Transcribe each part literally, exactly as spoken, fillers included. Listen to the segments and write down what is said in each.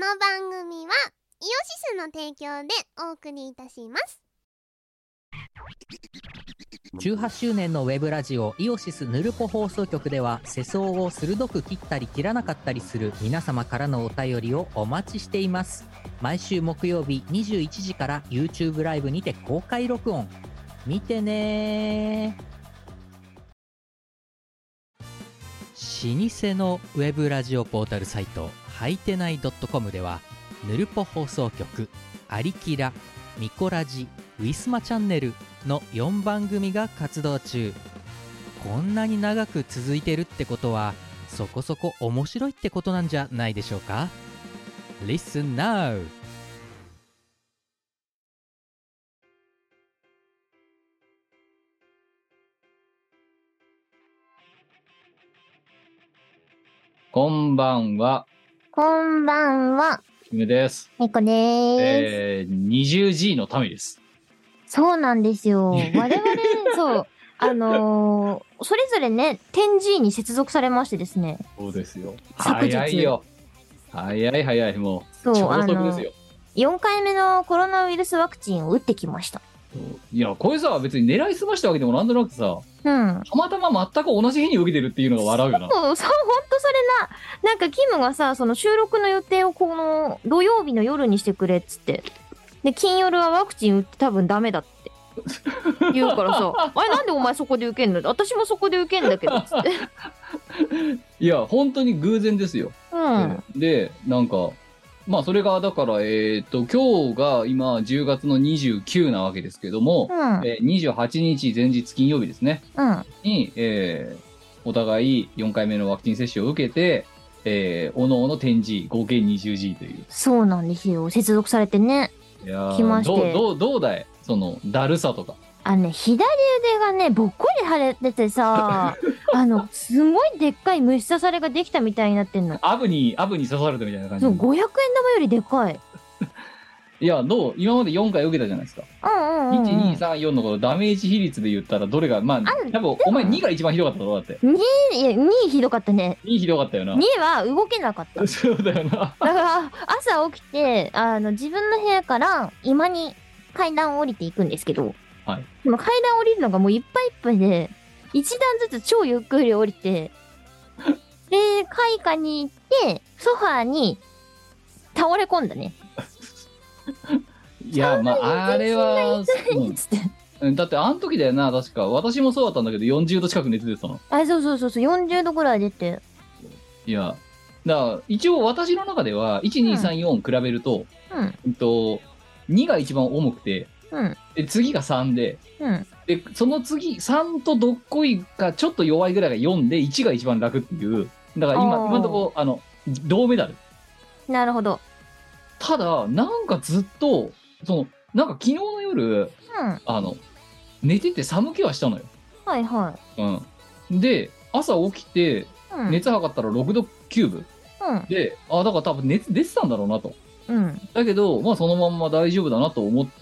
の番組はイオシスの提供でお送りいたします。 じゅうはちしゅうねんのウェブラジオイオシスヌルポ放送局では、世相を鋭く切ったり切らなかったりする皆様からのお便りをお待ちしています。毎週木曜日にじゅういちじから YouTube ライブにて公開録音。見てねー。老舗のウェブラジオポータルサイトはいてない .com では、ヌルポ放送局、アリキラ、ミコラジ、ウィスマチャンネルのよんばん組が活動中。こんなに長く続いてるってことは、そこそこ面白いってことなんじゃないでしょうか。 Listen now。 こんばんは。 こんばんは。 ひめです。 みこでーす。 えー、にじゅうジー の民です。 そうなんですよ。我々、そう、あのー、それぞれね、テンジー に接続されましてですね。 そうですよ。 昨日早いよ。早い早い、もう。 そう、 超あの速ですよ。 よんかいめのコロナウイルスワクチンを打ってきました。 いや、これさ、別に狙いすましたわけでもなんとなくさ、 うん。 たまたま全く同じ日に受けてるっていうのが笑うよな。 そう、そう、ほんとそれな。なんか、キムがさ、その収録の予定をこの、土曜日の夜にしてくれっつって。で、金夜はワクチン打って多分ダメだって。言うからさ、あれなんでお前そこで受けんの？私もそこで受けんだけど、つって。 いや、本当に偶然ですよ。 うん。 で、なんか、まあ、それが、だから、えっと、今日が今、じゅうがつのにじゅうくなわけですけども、 うん。 えー、にじゅうはちにち前日金曜日ですね。 うん。 に、えー、お互いよんかいめのワクチン接種を受けて、えー、おのおの点 G、合計 にじゅうジー という。 そうなんですよ。接続されてね。 いやー来ましてどう、どう、どうだいその、だるさとか。 あのね、左腕がね、ぼっこり腫れててさ、あの、すごいでっかい虫刺されができたみたいになってんの。 アブに、アブに刺されたみたいな感じ。 そう、ごひゃくえん玉よりでかい。 いや、どう今までよんかい受けたじゃないですか。 うんうんうん、うん。 いち、に、さん、よんのこのダメージ比率で言ったら、どれが、まあ、多分、お前にが一番ひどかっただろ、だって。 に、いや、にひどかったね。 にひどかったよな。 には動けなかった。 そうだよな。 だから、朝起きて、あの、自分の部屋から居間に階段を降りていくんですけど、 はい。 でも階段降りるのがもういっぱいいっぱいで、一段ずつ超ゆっくり降りて、で、階下に行って、ソファーに倒れ込んだね。 いや、まあ、あれは、 つって。 うんだって、あの時だよな、確か。私もそうだったんだけど、よんじゅうど近く熱出てたの。 あ、そうそうそうそう、よんじゅうどぐらい出て。 いや、だから、一応私の中では、いち、に、さん、よん比べると、 うん。 うんと、にが一番重くて、 うん。 で次がさんで、 うん。 で、その次、さんとどっこいがちょっと弱いぐらいがよんで、いちが一番楽っていう、だから今、 あー今のところ、あの、銅メダル。 なるほど。 ただ、なんかずっと、その、なんか昨日の夜、 うん。 あの、寝てて寒気はしたのよ。 はいはうん。で、朝起きて、 い。うん。 熱測ったらろくどきゅうぶ。 うん。 で、あ、だから多分熱出てたんだろうなと。 うん。 だけど、まあそのまんま大丈夫だなと思って、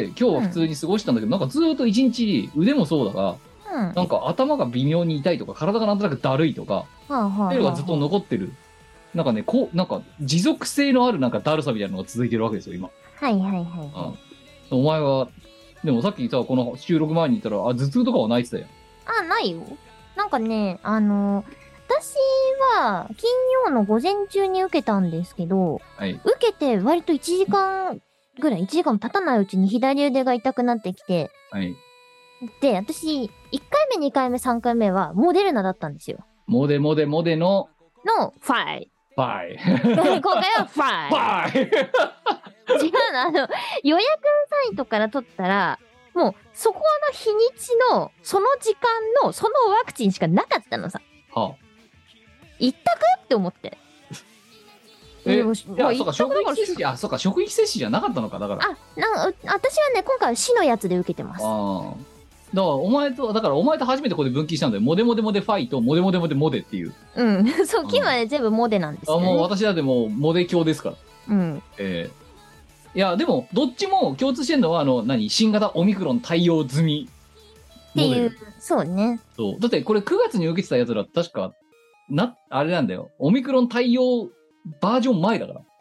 今日は普通に過ごしたんだけど、なんかずーっと一日腕もそうだが、 うん。 なんか頭が微妙に痛いとか、体がなんとなくだるいとか、 はあはあっていうのがずっと残ってる。なんかね、こう、なんか持続性のあるなんかだるさみたいなのが続いてるわけですよ、今。 はいはいはいはうん。お前は、でもさっきさ、この収録前に言ったら、あ、頭痛とかはないって言ってたよ。 い。あ、ないよ。なんかね、あの、私は金曜の午前中に受けたんですけど、 はい。 受けて割といちじかんぐらい、いちじかんも経たないうちに左腕が痛くなってきて、 はい。 で、私、いっかいめ、にかいめ、さんかいめはモデルナだったんですよ。 モデモデモデの、 の、ファイ。 バイ。 今回はファイ。 バイ違うの、あの、予約サイトから取ったら、もう、そこの日にちの、その時間の、そのワクチンしかなかったのさ。 はあ。 一択って思って。 え、 でもいや、 まあそうか、 一択だから職域接種、あ、そうか、職域接種じゃなかったのか、だから。 あ、なんか、私はね、今回は市のやつで受けてます。 ああ。だから、お前と、だから、お前と初めてここで分岐したんだよ。モデモデモデファイと、モデモデモデモデっていう。 うん。そう、キムはね、全部モデなんですあ、 よ、ね。 もう私だってもう、モデ教ですから。 うん。 ええいや、でも、どっちも共通してるのは、あの、何、新型オミクロン対応済み。 っていう、そうね。 そう。だって、これくがつに受けてたやつら、確か、な、あれなんだよ。オミクロン対応バージョン前だから。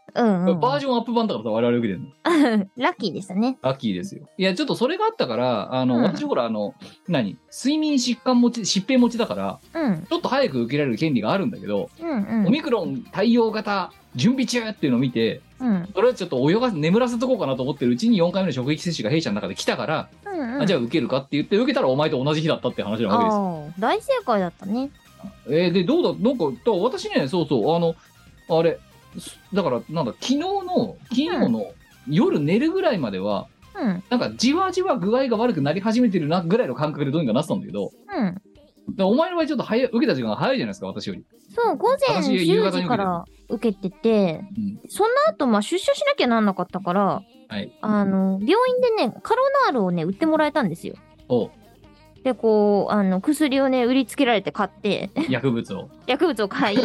うんうん。 バージョンアップ版だからさ、我々受けてるの。 ラッキーでしたね。 ラッキーですよ。いや、ちょっとそれがあったから、あの、 うん私ほら、あの、何睡眠疾患持ち、疾病持ちだから、 うん。 ちょっと早く受けられる権利があるんだけど、 うんうん。 オミクロン対応型準備中っていうのを見て、 うん。 それはちょっと泳がせ、眠らせとこうかなと思ってるうちによんかいめの職域接種が弊社の中で来たから、 うんうん。 あじゃあ受けるかって言って受けたらお前と同じ日だったって話なわけですよ。 ああ、大正解だったね。 えーで、どうだ、なんか、だから私ね、そうそう、あの、あれ、すだから、なんだ、昨日の、金曜の夜寝るぐらいまでは、 うん。 なんか、じわじわ具合が悪くなり始めてるな、ぐらいの感覚でどうにかなってたんだけど、 うん。 だからお前の場合ちょっと早い、受けた時間が早いじゃないですか、私より。 そう、午前私夕方 10 に受けてる時から受けてて、 うん。 その後、まあ、出社しなきゃなんなかったから、 はい。 あの、病院でね、カロナールをね、売ってもらえたんですよ。 おうで、こう、あの、薬をね、売りつけられて買って、 薬物を。 薬物を買い、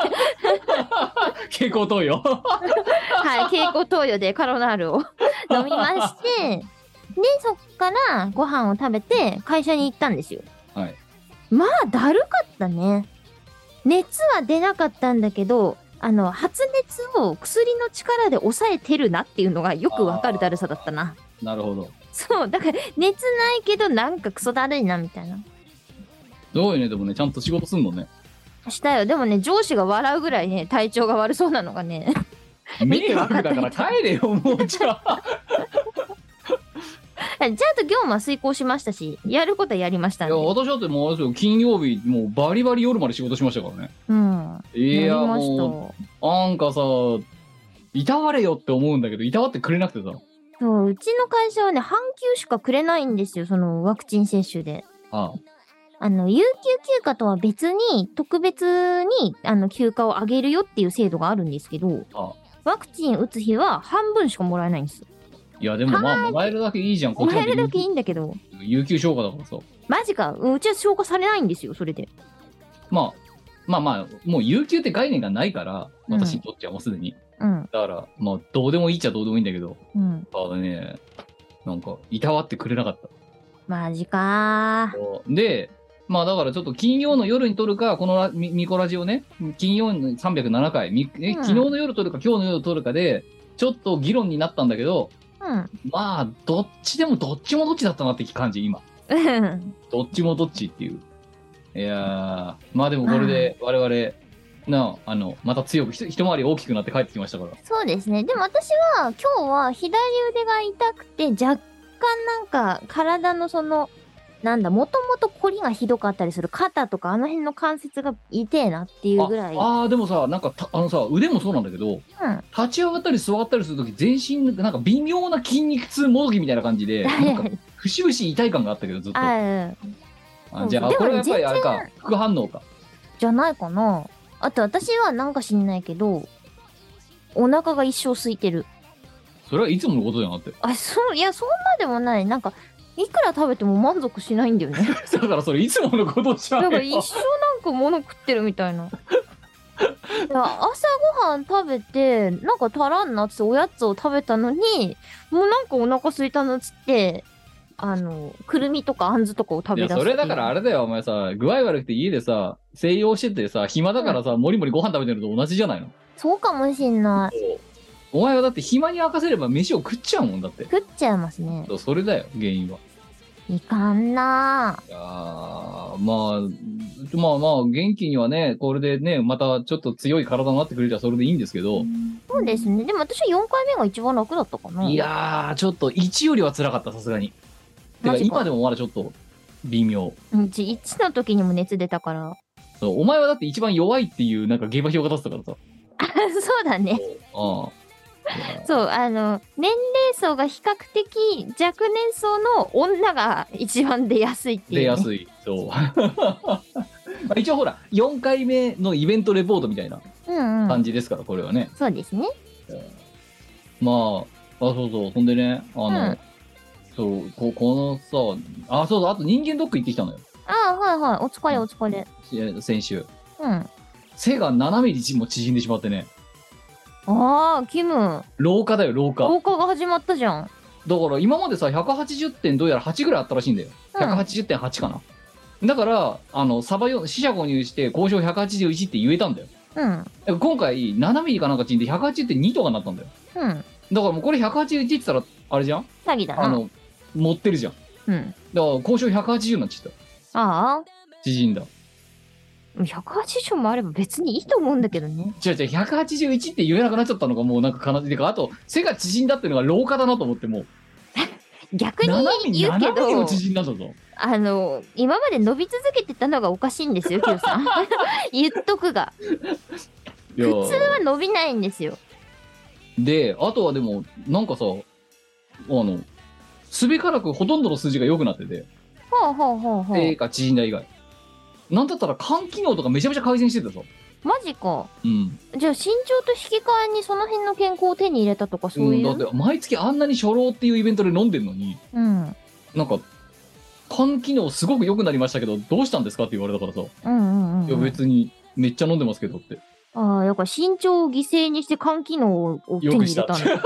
蛍光灯よ。 はい、蛍光投与でカロナールを飲みまして、で、そっからご飯を食べて会社に行ったんですよ。 はい。 まあ、だるかったね。熱は出なかったんだけど、あの、発熱を薬の力で抑えてるなっていうのがよくわかるだるさだったな。 なるほど。 そう、だから熱ないけどなんかクソだるいなみたいな。 すごいね、でもね、ちゃんと仕事すんのね。 したよ。でもね、上司が笑うぐらいね、体調が悪そうなのがね。 迷惑だから帰れよ、もうじゃあ。 ちゃんと業務は遂行しましたし、やることはやりましたんで。 いや、私だってもうあれですよ、金曜日、もうバリバリ夜まで仕事しましたからね。 うん。 いや、 やりました。 もう、なんかさ、いたわれよって思うんだけど、いたわってくれなくてさ。 そう、うちの会社はね、半休しかくれないんですよ、そのワクチン接種で。 ああの、有給休暇とは別に、特別に、あの、休暇をあげるよっていう制度があるんですけど、 あ、ああ。 ワクチン打つ日は半分しかもらえないんですよ。 いや、でもまあ、もらえるだけいいじゃん、こっちもらえるだなんてけいいんだけど、 有給消化だからさ。 マジか、うちは消化されないんですよ、それで。 まあ、まあまあ、もう有給って概念がないから、 うん私にとってはもうすでに。 うん、 だから、まあ、どうでもいいっちゃどうでもいいんだけど、 うん。 ただね、なんか、いたわってくれなかった。 マジかー。 で、まあだからちょっと金曜の夜に撮るか、このラミミコラジをね、金曜のさんびゃくななかい、みえうん昨日の夜撮るか今日の夜撮るかで、ちょっと議論になったんだけど、 うん。 まあ、どっちでもどっちもどっちだったなって感じ、今。 うん。 どっちもどっちっていう。いやー、まあでもこれで我々、なあ、あの、また強く、ひと一回り大きくなって帰ってきましたから。 そうですね。でも私は今日は左腕が痛くて若干なんか体のその、なんだ、もともと凝りがひどかったりする肩とかあの辺の関節が痛えなっていうぐらい。 ああー、でもさ、なんかた、あのさ、腕もそうなんだけど、 うん。 立ち上がったり座ったりするとき、全身、なんか微妙な筋肉痛もどきみたいな感じで、なんか、節々痛い感があったけど、ずっと。 あうんあじゃあ、 でもこれはやっぱりあれ全か、副反応か。 じゃないかな。あと私はなんか知んないけど、お腹が一生空いてる。 それはいつものことじゃなくて。 あ、そう、いや、そんなでもない。なんか、いくら食べても満足しないんだよね。 だからそれいつものことじゃんよ。 だから一生なんか物食ってるみたいな。いや朝ごはん食べて、なんか足らんなっつっておやつを食べたのに、もうなんかお腹空いたなっつって、あの、くるみとかあんずとかを食いや、 べ出す。 それだからあれだよ、お前さ、具合悪くて家でさ、静養しててさ、暇だからさ、もりもりご飯食べてるのと同じじゃないの。 そうかもしんない。 お前はだって暇に明かせれば飯を食っちゃうもんだって。 食っちゃいますね。 それだよ、原因は。 いかんないやーまあ、まあまあ、元気にはね、これでね、またちょっと強い体になってくれたらそれでいいんですけど、 そうですね。でも私はよんかいめが一番楽だったかな。 いやー、ちょっといちよりは辛かった、さすがに。てか、 マジか今でもまだちょっと微妙。 うちいちの時にも熱出たから。 そうお前はだって一番弱いっていう、なんか下馬評が立ってたからさ。 そうだね。 ああ。 そう、あの、年齢層が比較的若年層の女が一番出やすいっていう、ね。 出やすい。そう。まあ一応ほら、よんかいめのイベントレポートみたいなうんうん。 感じですから、これはね。 そうですね。 まあ、あ、そうそう、ほんでね、あの、 うんそう、ここのさ、あ、そうそう、あと人間ドック行ってきたのよ。 ああ、はいはい。お疲れお疲れ。 え先週。 うん。 背がななミリも縮んでしまってね。 ああ、キム。 廊下だよ、廊下。 廊下が始まったじゃん。 だから今までさ、ひゃくはちじゅってんどうやらはちぐらいあったらしいんだよ。 うんひゃくはちじゅってんはちかな。だから、あの、サバよ、四捨五入して交渉ひゃくはちじゅういちって言えたんだよ。 うん。 今回ななミリかなんか縮んでひゃくはちじゅうってにとかになったんだよ。 うん。 だからもうこれひゃくはちじゅういちって言ったらあれじゃん、 詐欺だな。 あの持ってるじゃん。 うん。 だから交渉ひゃくはちじゅうになっちゃったああ。 縮んだ。 ひゃくはちじゅうもあれば別にいいと思うんだけどね。 違う違うひゃくはちじゅういちって言えなくなっちゃったのがもうなんか悲しい。てかあと背が縮んだっていうのが廊下だなと思ってもう逆にななミリ言うけななミリもど、 縮んだぞと。 あの、今まで伸び続けてたのがおかしいんですよ、Q さん。言っとくが。 いや普通は伸びないんですよ。 であとはでもなんかさ、あのすべからくほとんどの数字が良くなってて、 ほうほうほうほう。 手が縮んだ以外なんだったら肝機能とかめちゃめちゃ改善してたぞ。 マジか。 うん、 じゃあ身長と引き換えにその辺の健康を手に入れたとかそううん、 いう。 だって毎月あんなに初老っていうイベントで飲んでるのにうん。 なんか肝機能すごく良くなりましたけどどうしたんですかって言われたからさ、 うんうんうん。 いや別にめっちゃ飲んでますけどって。 ああ、だから身長を犠牲にして肝機能を手に入れたんだ。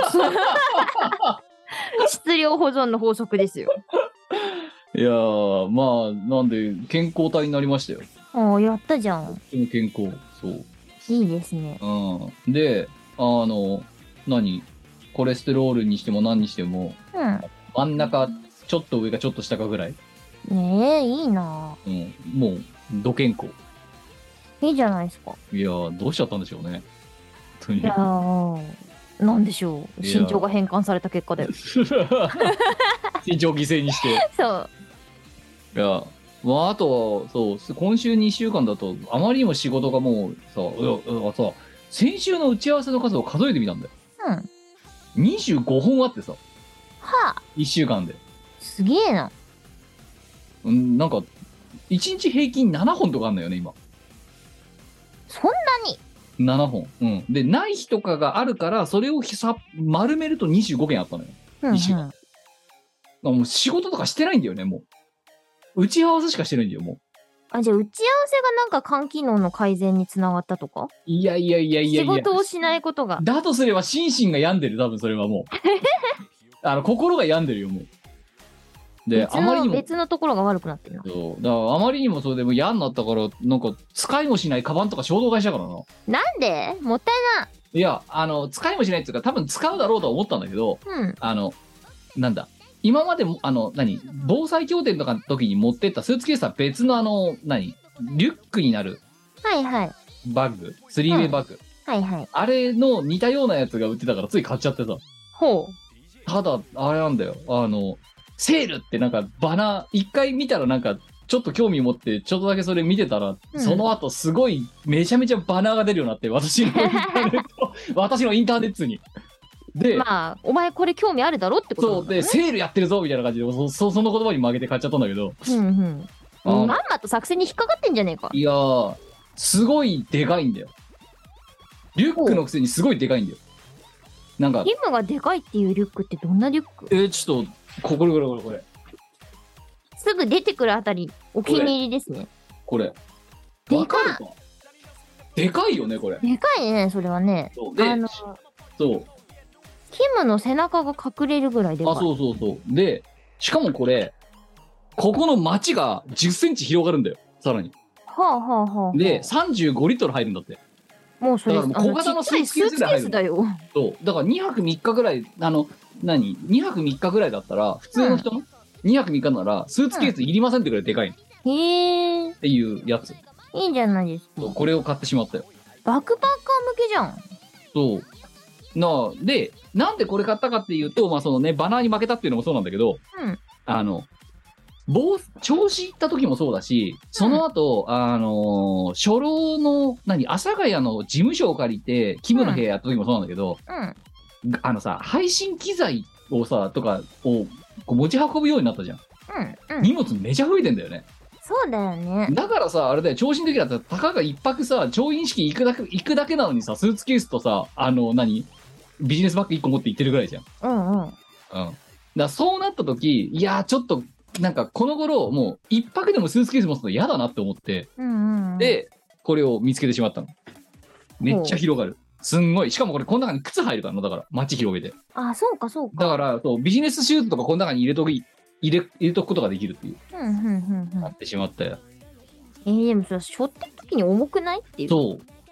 質量保存の法則ですよ。 いやーまあなんで健康体になりましたよ。 ああ、やったじゃん。 とても健康。そういいですね。 うん、であの何コレステロールにしても何にしてもうん。 真ん中ちょっと上かちょっと下かぐらい、 ねえ、いいな。 うん、もうど健康。 いいじゃないですか。 いやーどうしちゃったんでしょうね本当に。 いやー、なんでしょう。 いや身長が変換された結果だよ。 身長犠牲にしてそう。 いやまああとはそう今週にしゅうかんだとあまりにも仕事がもうさ、いやさ先週の打ち合わせの数を数えてみたんだよ。 うん。 にじゅうごほんあってさはあ、 いっしゅうかんで、 すげえな。 うん、なんかいちにち平均ななほんとかあんだよね今。 そんなに。 ななほん、うん、でない日とかがあるからそれをさ丸めるとにじゅうごけんあったのよ。 うん、うん。 一緒だもう仕事とかしてないんだよねもう打ち合わせしかしてないんだよもう。 あ、じゃあ打ち合わせがなんか肝機能の改善につながったとか。 いやいやいやいやいや仕事をしないことが。 だとすれば心身が病んでる多分それはもうあの心が病んでるよもう。で別あまりにもの別のところが悪くなってるな。 そうだからあまりにもそれでも嫌になったからなんか使いもしないカバンとか衝動買いしたからな。 なんでもったいいやあの使いもしないっていうか多分使うだろうとは思ったんだけど、 ない。うん。 あのなんだ今までもあの何防災協定とかの時に持ってったスーツケースは別のあの何リュックになるはいはい。 バッグスリーウェイバッグ、 はいはい。 あれの似たようなやつが売ってたからつい買っちゃってさ。 ほただあれなんだよあのセールってなんかバナー一回見たらなんかちょっと興味持ってちょっとだけそれ見てたら、 うんその後すごいめちゃめちゃバナーが出るようになって私のインターネット私のインターネットにで、 う。まあ、お前これ興味あるだろってことそうでなんだね。 セールやってるぞみたいな感じでそそその言葉に曲げて買っちゃったんだけど、 うんうん。 あのまんまと作戦に引っかかってんじゃねえか。 いやーすごいでかいんだよ。リュックのくせにすごいでかいんだよ。なんかリムがでかいっていうリュックってどんなリュック？ えー、ちょっとここれこれこれこれすぐ出てくるあたりお気に入りですね。 これでわかかるかでかいよねこれ。 でかいね、それはね。 そうであの、 そうキムの背中が隠れるぐらいでかい。 あそうそうそうでしかもこれここの街がじゅっセンチ広がるんだよさらに。 はあはあはあはあ。 でさんじゅうごリットル入るんだって。 もうそれ、 だからもう小型のあちっちゃいスーツケースぐらい入るスだよ。 そうだからにはくみっかぐらいあの何にはくみっかぐらいだったら普通の人の、にはくみっかならスーツケースいりませんってぐらいでかいっへえ、 ていうやつ、 いいんじゃないですか。 そうこれを買ってしまったよ。 バックパッカー向けじゃん。 そうなあでなんでこれ買ったかっていうとまあそのねバナーに負けたっていうのもそうなんだけど、 うん。 あの防調子行った時もそうだしその後、あのー初老の何阿佐ヶ谷の事務所を借りてキムの部屋やった時もそうなんだけど、 うん。 あのさ配信機材をさとかをこう持ち運ぶようになったじゃん。 うん。うん。 荷物めちゃ増えてんだよね。 そうだよね。 だからさあれだよ調子の時だったらたかが一泊さ調印式行くだけ行くだけなのにさスーツケースとさあの何ビジネスバッグいっこ持って行ってるぐらいじゃん。 うんうん。 うん。だからそうなった時いやーちょっとなんかこの頃もう一泊でもスーツケース持つの嫌だなって思って、 うんうんうん。、 でこれを見つけてしまったの。めっちゃ広がる。すんごいしかもこれこの中に靴入るからのだから街広げて。 あ、そうかそうか。 だからそうビジネスシューズとかこの中に入れとき入れ入れとくことができるっていううんうんうんうん。 なってしまったよ。 えー、でもそれ、背負ってる時に重くないっていう。 そう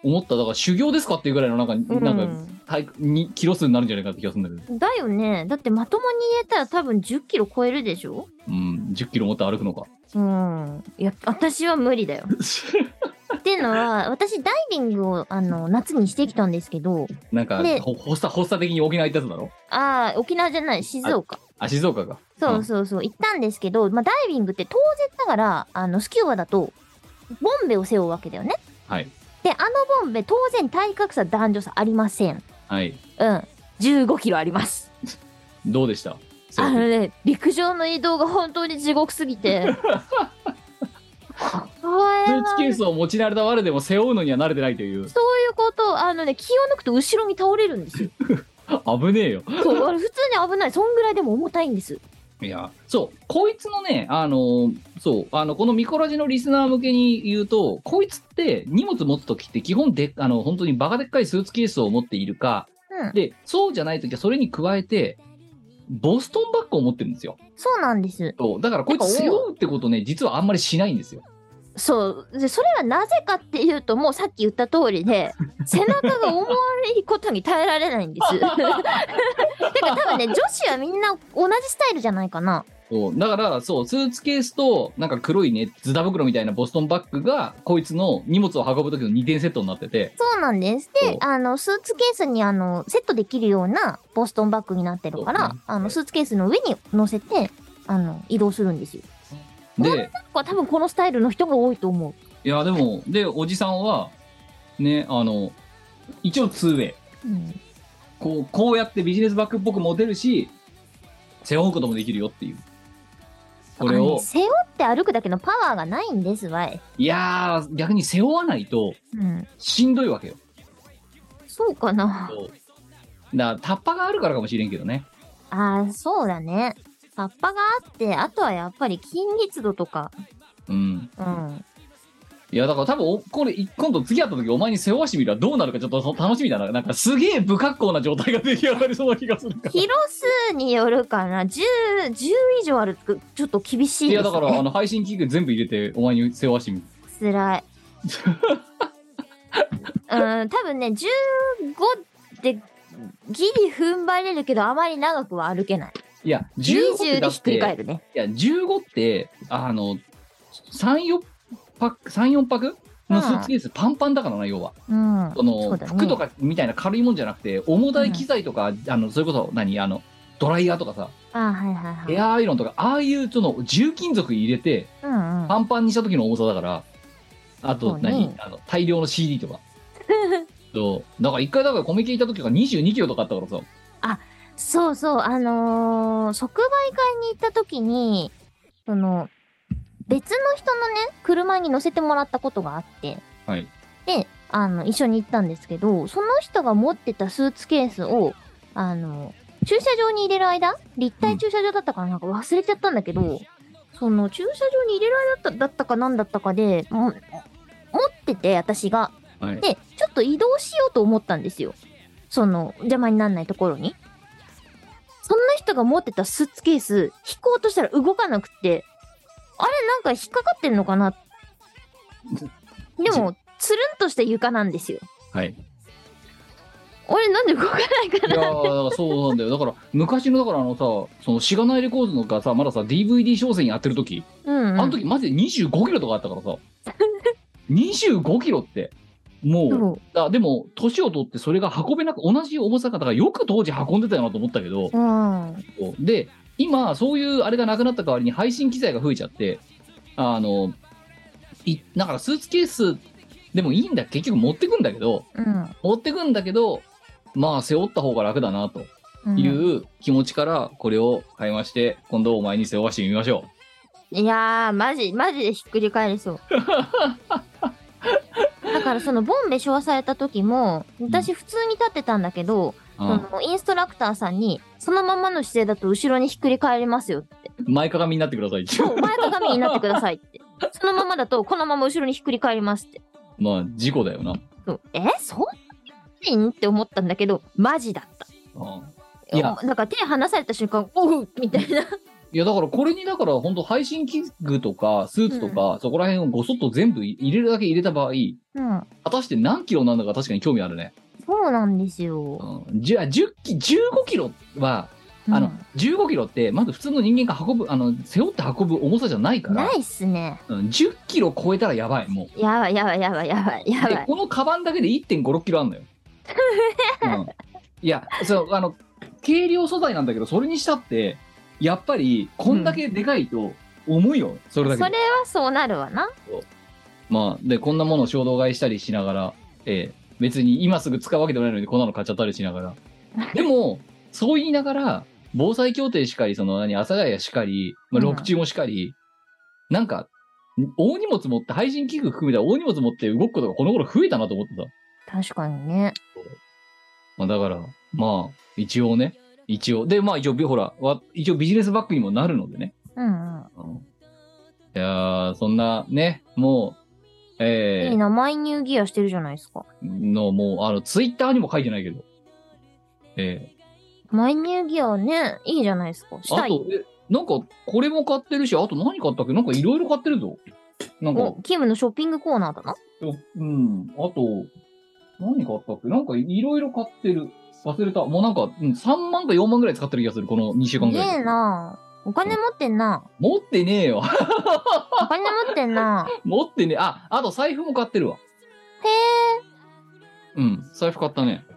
思った。だから修行ですかっていうぐらいのなんか、 うん、 なんか体にキロ数になるんじゃないかって気がするんだけど。 だよね。だってまともに入れたら多分じゅっキロ超えるでしょ。 うん、じゅっキロ持って歩くのか。 うん。いや、私は無理だよ。っていうのは、私ダイビングをあの夏にしてきたんですけど。 なんか、ほ発作、発作的に沖縄行ったやつだろ。 ああ、沖縄じゃない、静岡。 あ、あ静岡か。 そうそうそう、行ったんですけど、まあダイビングって当然ながら、あの、スキューバだと、ボンベを背負うわけだよね。 はい。 で、あのボンベ、当然体格差、男女差ありません。 はい。 うん。じゅうごキロあります。 どうでした？ あのね、陸上の移動が本当に地獄すぎて。 スーツケースを持ち慣れた我でも背負うのには慣れてないという。 そういうこと、あのね、気を抜くと後ろに倒れるんですよ。 危ねえよ。 そう、あれ普通に危ない。そんぐらいでも重たいんです。 いや、そう、こいつのね、あのー、そう、あの、このミコラジのリスナー向けに言うと、こいつって荷物持つときって基本で、あの、本当にバカでっかいスーツケースを持っているか、 うん、 で、そうじゃないときはそれに加えて、ボストンバッグを持ってるんですよ。 そうなんです。 そう、だからこいつ背負うってことね、実はあんまりしないんですよ。 そうで、それはなぜかっていうと、もうさっき言った通りで、背中が重いことに耐えられないんです。てか多分ね、女子はみんな同じスタイルじゃないかな。 そうだからそうスーツケースとなんか黒いねズダ袋みたいなボストンバッグがこいつの荷物を運ぶ時のにてんセットになってて。 そうなんです。で、あのスーツケースにあのセットできるようなボストンバッグになってるから、ね、あのスーツケースの上に乗せてあの移動するんですよ。で、多分このスタイルの人が多いと思う。 いやでもでおじさんはね、あの一応 ツーウェイ、うん、こうこうやってビジネスバッグっぽく持てるし背負うこともできるよっていう。これを、ね、 背負って歩くだけのパワーがないんですわい。 いやー逆に背負わないとしんどいわけよ、 うん、そうかな。 そうだからタッパがあるからかもしれんけどね。 ああそうだね、タッパがあって、あとはやっぱり筋密度とか。 うんうんいやだから多分これ今度次会った時お前に背負わしてみるらどうなるかちょっと楽しみだな。なんかすげえ不格好な状態が出来上がりそうな気がするから。 キロ数によるかな。じゅう、じゅう以上あるとちょっと厳しいですね。 いやだからあの配信器具全部入れてお前に背負わしてみる。 つらい。うん多分ねじゅうごでギリ踏ん張れるけどあまり長くは歩けない。 いやじゅうごってだってにじゅうでひっくり返るね。 いやじゅうごってあのさん、よんパックさん、よんパクのスーツケースパンパンだからな、要は、 うん、 そのそうだね、服とかみたいな軽いもんじゃなくて重たい機材とか、うん、あのそれこそ何あのドライヤーとかさ、 あ、はいはいはい、 エアアイロンとかああいうその重金属入れて、うんうん、パンパンにした時の重さだから。あと何、あの大量の シーディー とかそうだから一回だからコミケ行った時がにじゅうにキロとかあったからさ。 あ、そうそう、あのー、即売会に行った時にその別の人のね車に乗せてもらったことがあって、 はい、 であの一緒に行ったんですけど、その人が持ってたスーツケースをあの駐車場に入れる間、立体駐車場だったかな、なんか忘れちゃったんだけど、うん、その駐車場に入れる間だっただったかなんだったかでも持ってて私が、はい、でちょっと移動しようと思ったんですよ、その邪魔にならないところに。そんな人が持ってたスーツケース引こうとしたら動かなくて、あれなんか引っかかってんのかな。でもつるんとした床なんですよ。 はい。 あれなんで動かないかなって。いやーそうなんだよ。だから昔のだからあのさ、そのしがないレコードのがさまださ ディーブイディー 商戦やってる時、うんうん、あの時マジでにじゅうごキロとかあったからさにじゅうごキロってもう、だでも年を取ってそれが運べなく同じ重さかだからよく当時運んでたよなと思ったけど、うん、で今そういうあれがなくなった代わりに配信機材が増えちゃって、あのいだからスーツケースでもいいんだ、結局持ってくんだけど、うん、持ってくんだけどまあ背負った方が楽だなという気持ちからこれを買いまして、うん、今度お前に背負わしてみましょう。いやーマジマジでひっくり返りそうだからそのボンベ背負わされた時も私普通に立ってたんだけど、うん、そのインストラクターさんにそのままの姿勢だと後ろにひっくり返りますよって、 前かがみになってくださいって。 そう前かがみになってくださいってそのままだとこのまま後ろにひっくり返りますって。 まあ事故だよな。 そうえそうなんって思ったんだけどマジだった。ああいやだから手離された瞬間おうみたいな。 いやだからこれにだから本当配信器具とかスーツとか、うん、そこら辺をごそっと全部入れるだけ入れた場合、うん、果たして何キロなんだか確かに興味あるね。 そうなんですよ。 うん、じゅうキじゅうごキロは、うん、あのじゅうごキロってまず普通の人間が運ぶあの背負って運ぶ重さじゃないから。 ないっすね。 うん、じゅっキロ超えたらやばいもう。 やばいやばいやばいやばいやばい。 でこのカバンだけで いってんごろくキロあるのよ。うん、いやそうあの軽量素材なんだけどそれにしたってやっぱりこんだけでかいと重いよ、うん、それだけ。 それはそうなるわな。 まあでこんなものを衝動買いしたりしながら、えー別に今すぐ使うわけでもないのにこんなの買っちゃったりしながらでもそう言いながら防災協定しかりその何阿佐ヶ谷しかり、まあ、六中もしかり、うん、なんか大荷物持って配信器具含めた大荷物持って動くことがこの頃増えたなと思ってた。確かにね。 まあ、だからまあ一応ね一応でまあ一応ほら一応ビジネスバッグにもなるのでね。 うんうん。うん、 いやーそんなねもう。えー、 いいな、マイニューギアしてるじゃないですか。 の、もう、あの、ツイッターにも書いてないけど。えー、マイニューギアね、いいじゃないですか。したい。 あと、え、なんか、これも買ってるし、あと何買ったっけなんかいろいろ買ってるぞ。なんか。 キムのショッピングコーナーだな。 うん。あと、何買ったっけなんかいろいろ買ってる。忘れた。もうなんか、うん、さんまんかよんまんぐらい使ってる気がする。このにしゅうかんぐらい。 いいなお金持ってんな。 持ってねえよ。 お金持ってんな。 持ってねえ。あ、あと財布も買ってるわ。 へえ。 うん、財布買ったね。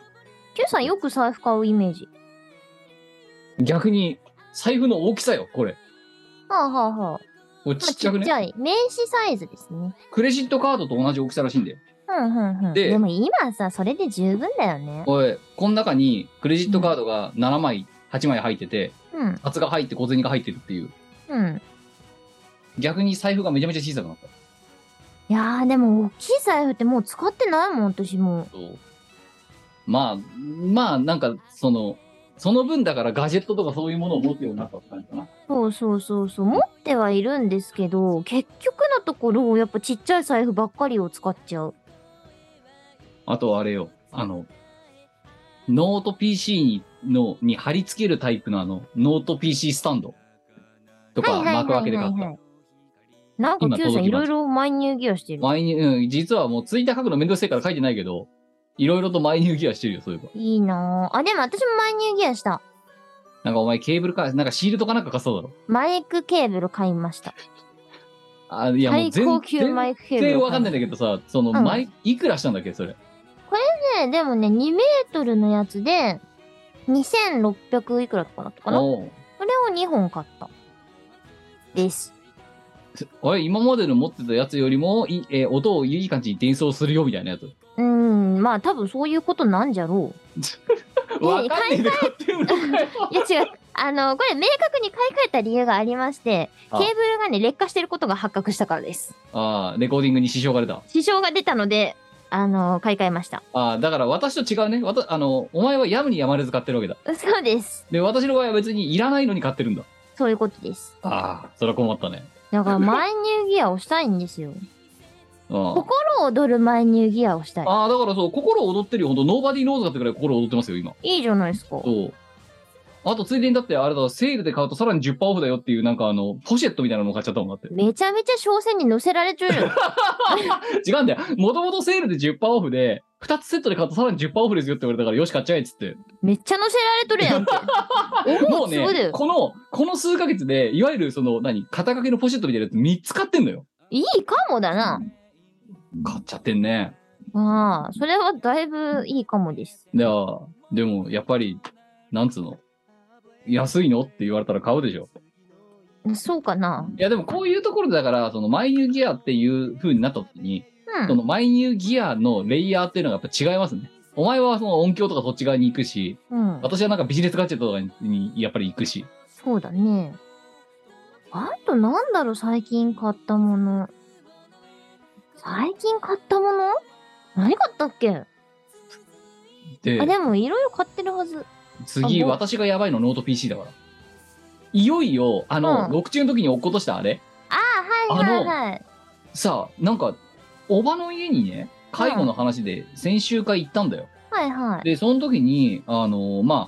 Q さんよく財布買うイメージ。 逆に、財布の大きさよ、これ。 はあはあはあ。 これちっちゃくね。 ちっちゃい。名刺サイズですね。 クレジットカードと同じ大きさらしいんだよ。 うんうんうん。で、でも今さ、それで十分だよね。 おい、この中にクレジットカードがななまい、はちまい入ってて、 うん。 札が入って小銭が入ってるっていう。 うん。 逆に財布がめちゃめちゃ小さくなった。 いやー、でも大きい財布ってもう使ってないもん、私も。 そう。まあ、まあ、なんか、その、その分だからガジェットとかそういうものを持つようになったって感じかな。 そうそうそうそう。持ってはいるんですけど、結局のところ、やっぱちっちゃい財布ばっかりを使っちゃう。 あとあれよ、あの、ノート ピーシー にのに貼り付けるタイプのあの、ノート ピーシー スタンドとか、幕開けで買った。 なんか Q さんいろいろマイニューギアしてる。 マイニュー、うん、実はもうツイッター書くのめんどくせえから書いてないけど、いろいろとマイニューギアしてるよ、そういえば。 いいなぁ。あ、でも私もマイニューギアした。 なんかお前ケーブルか、なんかシールドかなんか買っただろ。 マイクケーブル買いました。 あ、いやもう全然、 最高級マイクケーブル。 全然わかんないんだけどさ、その、うん、マイ、いくらしたんだっけ、それ。 これね、でもね、にメートルのやつで、にせんろっぴゃくいくらとかだったかな。これをにほん買った。です。 あれ、今までの持ってたやつよりも、いえー、音をいい感じに伝送するよみたいなやつ。 うーん、まあ多分そういうことなんじゃろう。わかんねえで買ってんのかよ。 いや違う。あの、これ明確に買い替えた理由がありまして、ケーブルがね、劣化してることが発覚したからです。 ああ、レコーディングに支障が出た。 支障が出たので、あの、買い替えました。 ああ、だから私と違うね。わた、あの、お前はやむにやまれず買ってるわけだ。 そうです。で、 私の場合は別にいらないのに買ってるんだ。 そういうことです。 ああ、それは困ったね。 だから、マイニューギアをしたいんですよ。ああ、心躍るマイニューギアをしたい。 ああ、だからそう、心躍ってるよ。ほんと、ノーバディーノーズだってくらい心躍ってますよ、今。 いいじゃないですか。 そう。あと、ついでにだって、あれだ、セールで買うとさらに じゅっパーセント オフだよっていう、なんかあの、ポシェットみたいなのを買っちゃったもんだって。 めちゃめちゃ商戦に載せられちゃうよ。 違うんだよ。もともとセールで じゅっパーセント オフで、ふたつセットで買うとさらに じゅっパーセント オフですよって言われたから、よし、買っちゃえっつって。 めっちゃ載せられとるやんって。 もうね、この、この数ヶ月で、いわゆるその、何、肩掛けのポシェットみたいなやつみっつ買ってんのよ。 いいかもだな。 買っちゃってんね。 ああ、それはだいぶいいかもです。 いや、でも、やっぱり、なんつうの。安いのって言われたら買うでしょ。 そうかな。 いやでもこういうところだからそのマイニューギアっていう風になった時に、うん、そのマイニューギアのレイヤーっていうのがやっぱ違いますね。お前はその音響とかそっち側に行くし、うん、私はなんかビジネスガジェットとかにやっぱり行くし。 そうだね。あとなんだろう最近買ったもの。最近買ったもの？何買ったっけ？で、あでもいろいろ買ってるはず。 次、私がやばいのノート ピーシー だから。いよいよ、あの、うん、ろく中の時に落っことしたあれああ、はいはいはい。 さあ、なんか、おばの家にね、介護の話で先週から行ったんだよ。 うん、はいはい。 で、その時に、あの、まあ、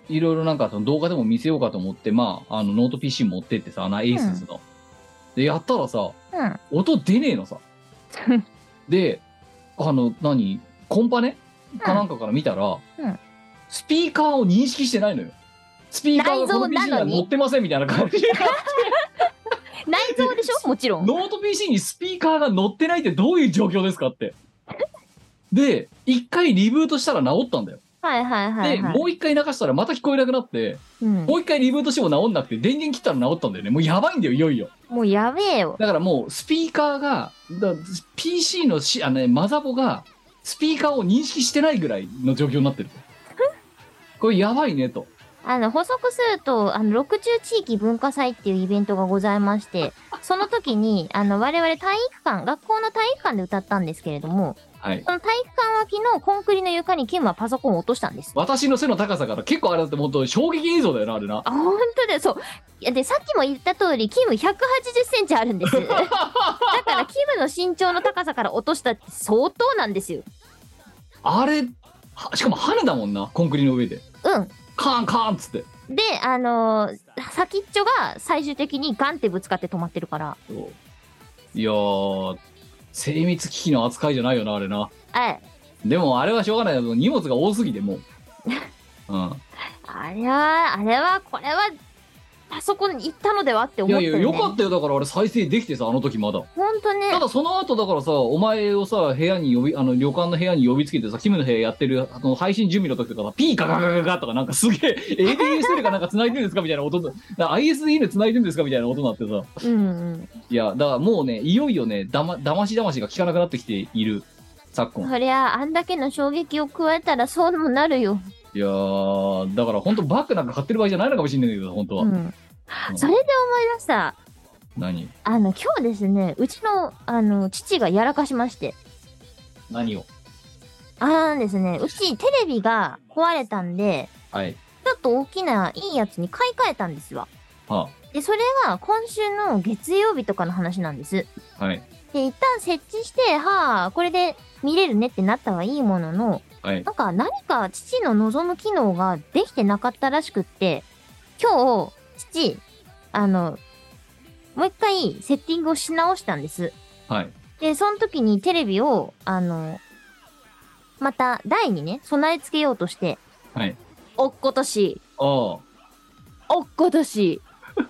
いろいろなんかその動画でも見せようかと思って、まあ、あのノート ピーシー 持ってってさ、あのエースの、うん、でやったらさ、うん、音出ねえのさで、あの何コンパネかなんかから見たら、うんうん、スピーカーを認識してないのよ。スピーカーがこの ピーシー には乗ってませんみたいな感じで内蔵でしょもちろん。 ノート ピーシー にスピーカーが乗ってないってどういう状況ですかってで一回リブートしたら治ったんだよ。 はいはいはい、はい、 でもう一回流したらまた聞こえなくなって、うん、もう一回リブートしても治んなくて電源切ったら治ったんだよね。もうやばいんだよいよいよ。 もうやべえよ。 だからもうスピーカーがだ ピーシー のしあの、ね、マザボがスピーカーを認識してないぐらいの状況になってるこれやばいねと。 あの補足するとあのろくじゅう地域文化祭っていうイベントがございまして、その時にあの我々体育館学校の体育館で歌ったんですけれども、はい、その体育館脇のコンクリの床にキムはパソコンを落としたんです。 私の背の高さから結構あれだって本当衝撃映像だよなあれな。 あ本当だよ。そうでさっきも言った通りキムひゃくはちじゅっセンチあるんですだからキムの身長の高さから落としたって相当なんですよ。 あれしかも跳ねだもんなコンクリの上で。 うんカーンカーンっつって。 であのー、先っちょが最終的にガンってぶつかって止まってるから。 いやー精密機器の扱いじゃないよなあれな。 はい。 でもあれはしょうがないけど荷物が多すぎてもう、うん、 あれはあれはこれはパソコン行ったのではって思ったよね。 いやいやよかったよ。だからあれ再生できてさあの時まだほんとね。 ただその後だからさお前をさ部屋に呼びあの旅館の部屋に呼びつけてさキムの部屋やってるあの配信準備の時とかさピーガガガガガとかなんかすげえ エーディーエスエル かなんか繋いでるんですかみたいな音だ アイエスディー で繋いでるんですかみたいな音になってさうん、うん、いやだからもうねいよいよねだまだましだましが効かなくなってきている昨今。 そりゃあんだけの衝撃を加えたらそうもなるよ。 いやーだから本当バッグなんか買ってる場合じゃないのかもしれないけど本当は、うんうん、それで思い出した。 何？ あの今日ですねうちのあの父がやらかしまして。 何を？ あのですねうちテレビが壊れたんで、はい、ちょっと大きないいやつに買い替えたんですわ。はあ、でそれが今週の月曜日とかの話なんです。はい。で一旦設置してはあこれで見れるねってなったはいいものの、はい、なんか何か父の望む機能ができてなかったらしくって今日父あのもう一回セッティングをし直したんです。はい。でその時にテレビをあのまた台にね備え付けようとして、はい。おっことし。ああ。おっことし。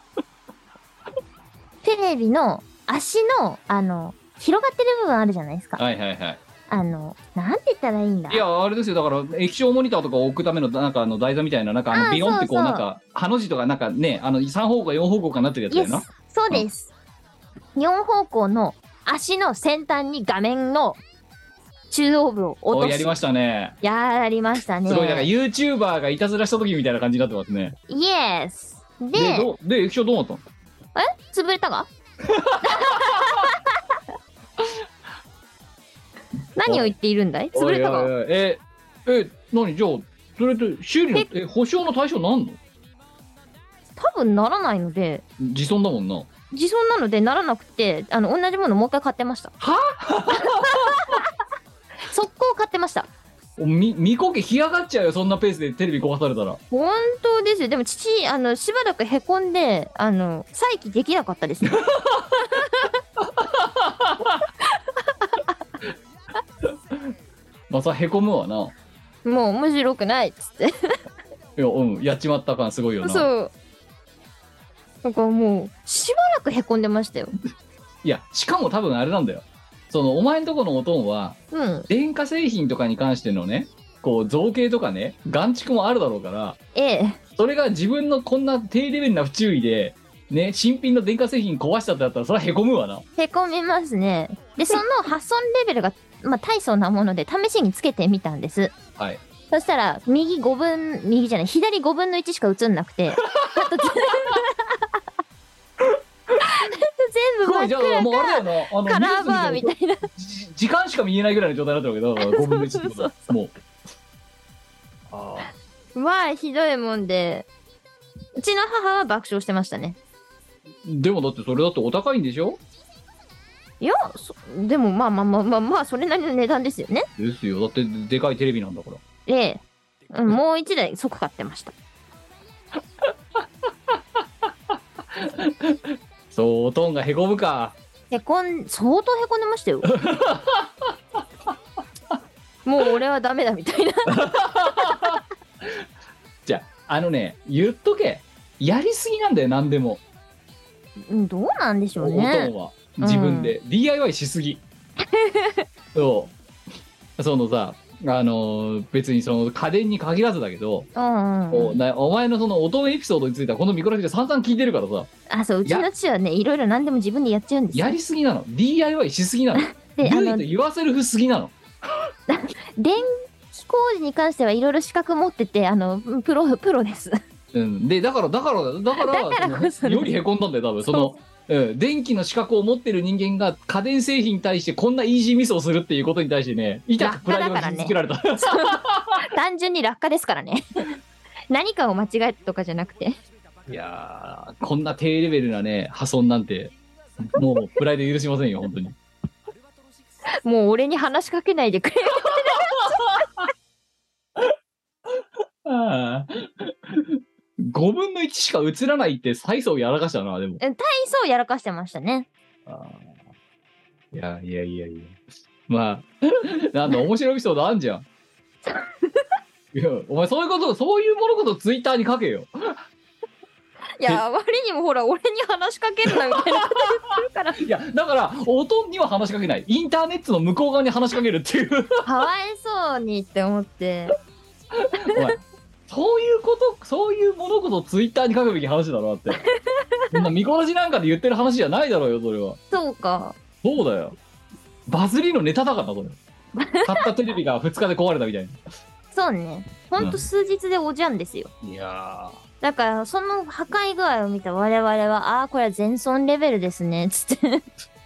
テレビの足のあの広がってる部分あるじゃないですか。はいはいはい。あのなんて言ったらいいんだ。 いやあれですよだから液晶モニターとか置くためのなんかあの台座みたいななんかあのビヨンってこうなんかハの字とかなんかねあのさん方向かよん方向かになってるやつだよな。 そうです。よん方向の足の先端に画面の中央部を落とす。 やりましたね。 やりましたね。 すごいなんか YouTuber がいたずらした時みたいな感じになってますね。 イエス。ででどで液晶どうなったの？ え潰れたが？何を言っているんだい？潰れたか？ ええ何じゃあそれって修理のえ保証の対象なんの？ 多分ならないので。 自損だもんな。 自損なのでならなくてあの同じものもう一回買ってました。 は？ 速攻買ってました。 み見こけ干上がっちゃうよそんなペースでテレビ壊されたら。 本当ですよ。でも父あのしばらくへこんであの再起できなかったですね。 またへこむわな。 もう面白くないっつって。 いやうんやっちまった感すごいよな。 そうなんかもうしばらくへこんでましたよ。 いやしかも多分あれなんだよそのお前んとこのおとんは、うん、電化製品とかに関してのねこう造形とかね眼蓄もあるだろうから、ええ、それが自分のこんな低レベルな不注意でね新品の電化製品壊したってなったらそれはへこむわな。 へこみますね。でその発損レベルがまあ大層なもので試しにつけてみたんです。はい。そしたら右ごぶん右じゃない左ごぶんのいちしか映んなくてあと全部真っ暗かカラーバーみたいな時間しか見えないぐらいの状態になってるわけだからごぶんのいちってことだもうあまあひどいもんでうちの母は爆笑してましたね。 でもだってそれだってお高いんでしょ？ いやでもまあまあまあまあまあそれなりの値段ですよね。 ですよだってでかいテレビなんだから。 ええ、うん、もう一台即買ってました。 そう、おとんがへこむか。 へこん、相当へこんでましたよ。もう俺はダメだみたいな。 じゃあ、あのね、言っとけ。やりすぎなんだよ、何でも。 うん、どうなんでしょうおとね。 んは。自分で。うん、ディーアイワイ しすぎ。そう。そのさ、あのー、別にその家電に限らずだけど、 うんうん、 お, なお前のその音エピソードについてはこのミコラジで散々聞いてるからさ。 あ、そう、うちの父はね、いろいろ何でも自分でやっちゃうんですよ。 やりすぎなの。 ディーアイワイ しすぎなの。で、あの言わせるふすぎなの。 電気工事に関してはいろいろ資格持ってて、あのプロプロです。 うん、でだからだからだからだからこそ、ね、 よりへこんだんだよ多分。そのうん、電気の資格を持ってる人間が家電製品に対してこんなイージーミスをするっていうことに対してね、痛くプライドが傷つけられた、ね、 単純に落下ですからね。何かを間違えたとかじゃなくて、 いやー、こんな低レベルなね破損なんてもうプライド許しませんよ本当に。 もう俺に話しかけないでくれ。 あごぶんのいちしか映らないって大層やらかしたな。でも大層やらかしてましたね。 あいやいやいやいや、まあなんだ面白いエピソードあんじゃん。いやお前そういうことそういうものことツイッターに書けよ。 いやあまりにもほら俺に話しかけるなみたいなこと言ってるから。 いやだからおとんには話しかけない、インターネットの向こう側に話しかけるっていう。 かわいそうにって思って。 お前そういうことそういう物事をツイッターに書くべき話だろって。そんな見殺しなんかで言ってる話じゃないだろうよそれは。 そうか。 そうだよ。バズりのネタだからなそれ。買ったテレビがふつかで壊れたみたいな。 そうね。ほんと数日でおじゃんですよ。 うん、いやー。だからその破壊具合を見た我々は、ああこれは全損レベルですねつって。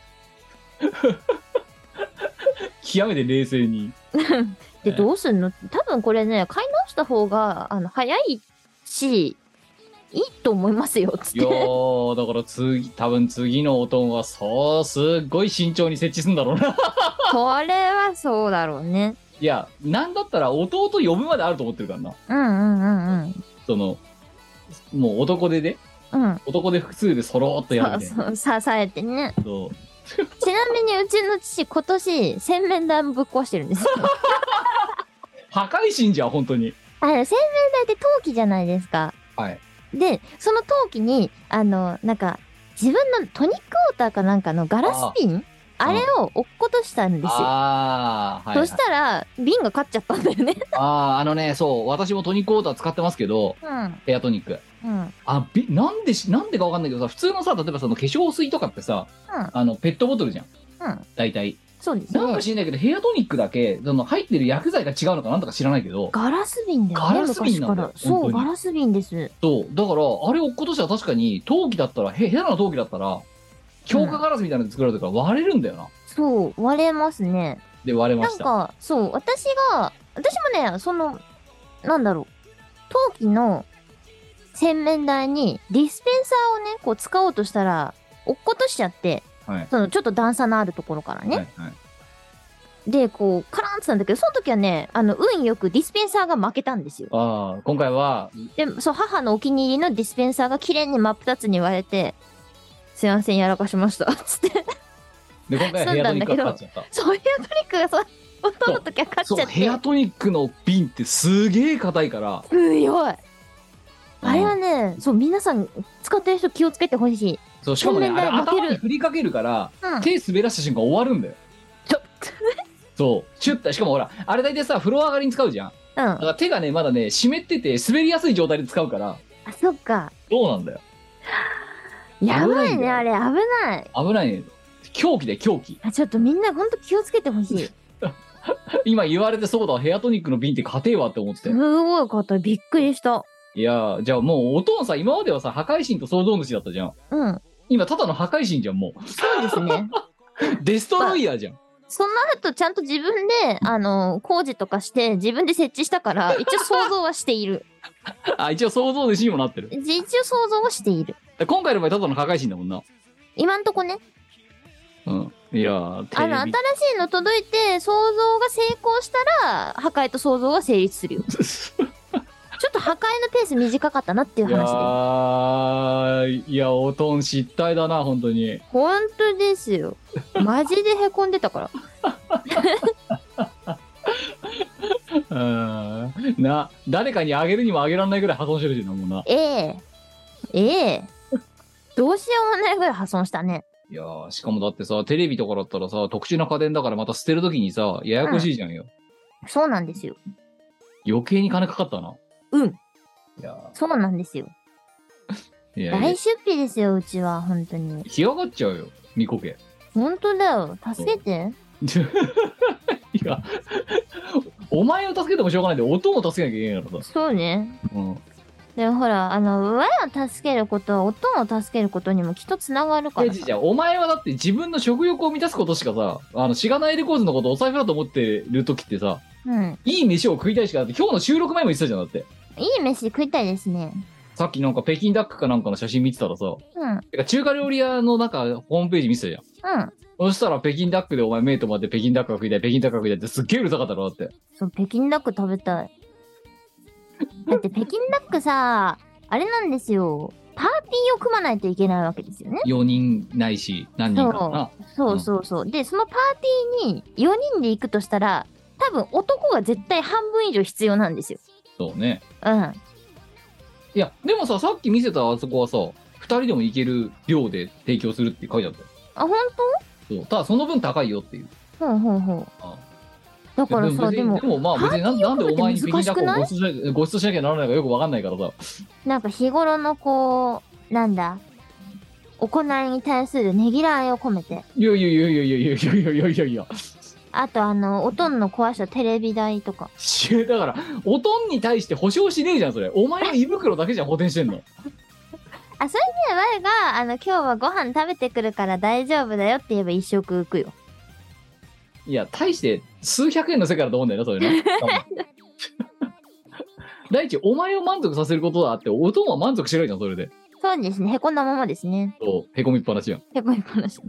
極めて冷静に。 でどうすんの？多分これね買い直した方があの早いしいいと思いますよつって。 いやーだから次多分次のおとんはそうすっごい慎重に設置するんだろうな。 これはそうだろうね。 いやなんだったら弟呼ぶまであると思ってるからな。 うんうんうんうん。 そのもう男でね、うん、男で複数でそろっとやるみたいな。 そうそう支えてね。 そうちなみにうちの父今年洗面台もぶっ壊してるんですよ。 破壊神じゃん本当に。 あれ洗面台って陶器じゃないですか。 はい。 でその陶器にあのなんか自分のトニックウォーターかなんかのガラス瓶 あ, あれを落っことしたんですよ。ああ、はい、はい、そしたら瓶が勝っちゃったんだよね。あああのねそう私もトニックウォーター使ってますけど、うん、エアトニック。うん、あびなんでしなんでかわかんないけどさ普通のさ例えばその化粧水とかってさ、うん、あのペットボトルじゃん。うん。大体。そうですね。なんか知んないけどヘアトニックだけその入ってる薬剤が違うのかなんとか知らないけど。ガラス瓶だよね。ガラス瓶なんだよ。そうガラス瓶です。そうだからあれ落っことしたら確かに陶器だったらへヘアの陶器だったら強化ガラスみたいなので作られてるから割れるんだよな。うん、そう割れますね。で割れました。なんかそう私が私もねそのなんだろう陶器の洗面台にディスペンサーをねこう使おうとしたら落っことしちゃって、はい、そのちょっと段差のあるところからね、はいはい、でこうカランってたんだけどその時はねあの運よくディスペンサーが負けたんですよ。ああ今回はでそう母のお気に入りのディスペンサーが綺麗に真っ二つに割れてすいませんやらかしましたっつってで今回はヘアトニックが勝っちゃった。そうヘアトニックがそう音の時は勝っちゃってヘアトニックの瓶ってすげえ硬いから強い。あれはね、そう皆さん使ってる人気をつけてほしい。そうしかもねあれ頭に振りかけるから、うん、手滑らした瞬間終わるんだよ。ちょそうシュッてしかもほらあれ大体さ風呂上がりに使うじゃん。うん。だから手がねまだね湿ってて滑りやすい状態で使うから。あそっか。そうなんだよ。やばいねあれ危ない。危ないね。狂気で狂気。あちょっとみんなほんと気をつけてほしい。今言われてそうだヘアトニックの瓶って硬いわって思って。すごい硬いびっくりした。いやじゃあもうおとんさ今まではさ破壊神と創造主だったじゃん。うん。今ただの破壊神じゃんもう。そうですね。デストロイヤーじゃん。まあ、その後ちゃんと自分であの工事とかして自分で設置したから一応想像はしている。あ一応創造主にもなってる。一応想像はしている。今回の場合ただの破壊神だもんな。今んとこね。うん。いやあの新しいの届いて想像が成功したら破壊と創造が成立するよ。 ちょっと破壊のペース短かったなっていういや話ーいやおとん失態だな本当に。 で。本当ですよ。マジでへこんでたから。 うんな、誰かにあげるにもあげられないぐらい破損してるしな、もうな。 ええええどうしようもないぐらい破損したね。 いやーしかもだってさ、テレビとかだったらさ、特殊な家電だからまた捨てるときにさ、ややこしいじゃんよ、 うん。そうなんですよ。 余計に金かかったな。 うん。 いやそうなんですよ。 いやいや大出費ですよ、うちは、本当に。 干上がっちゃうよ、みこけ。 本当だよ。助けて。 いや、お前を助けてもしょうがないんで、音を助けなきゃいけないからさ。 そうね。 うん。 でもほら、あの、我を助けることは、音を助けることにもきっとつながるからさ。 いや、じゃあお前はだって自分の食欲を満たすことしかさ、あの、しがないレコーズのことをお財布だと思ってる時ってさ、 うん。 いい飯を食いたいしかだって、今日の収録前も言ってたじゃん、だって。 いい飯食いたいですね。 さっきなんか北京ダックかなんかの写真見てたらさ、 うん。 てか中華料理屋のなんかホームページ見てたじゃん。 うん。 そしたら北京ダックでお前メイトまで北京ダックが食いたい、北京ダックが食いたいってすっげえうるさかったろ、だって。 そう、北京ダック食べたい。だって北京ダックさ、あれなんですよ。パーティーを組まないといけないわけですよね。 よにんないし、何人かかな。 そうそうそう。で、そのパーティーによにんで行くとしたら、多分男が絶対半分以上必要なんですよ。 そうね。 うん。 いや、でもさ、さっき見せたあそこはさ、ふたりでも行ける量で提供するって書いてあったよ。 あ、本そう。ただその分高いよっていう。 当？ほうほうほう。 あだからさ、でも、 でもまあ別になんなんでお前に北京ダックを難ご馳走しご馳走しなきゃならないかよくわかんないからさ。 なんか日頃のこう、なんだ、行いに対するねぎらいを込めて。 いやいやいやいやいやいやいやいやいやいやいや。 あとあの、おとんの壊したテレビ台とか。 しだから、おとんに対して保証しねえじゃん、それ。お前の胃袋だけじゃん、補填してんの。 あ、それで我が、あの、今日はご飯食べてくるから大丈夫だよって言えば一食浮くよ。 いや、大して数百円の世界だと思うんだよな、それね。第一、お前を満足させることだって、おとんは満足してないじゃん、それで。 そうですね。へこんだままですね。 そう、へこみっぱなしじゃん。 へこみっぱなし。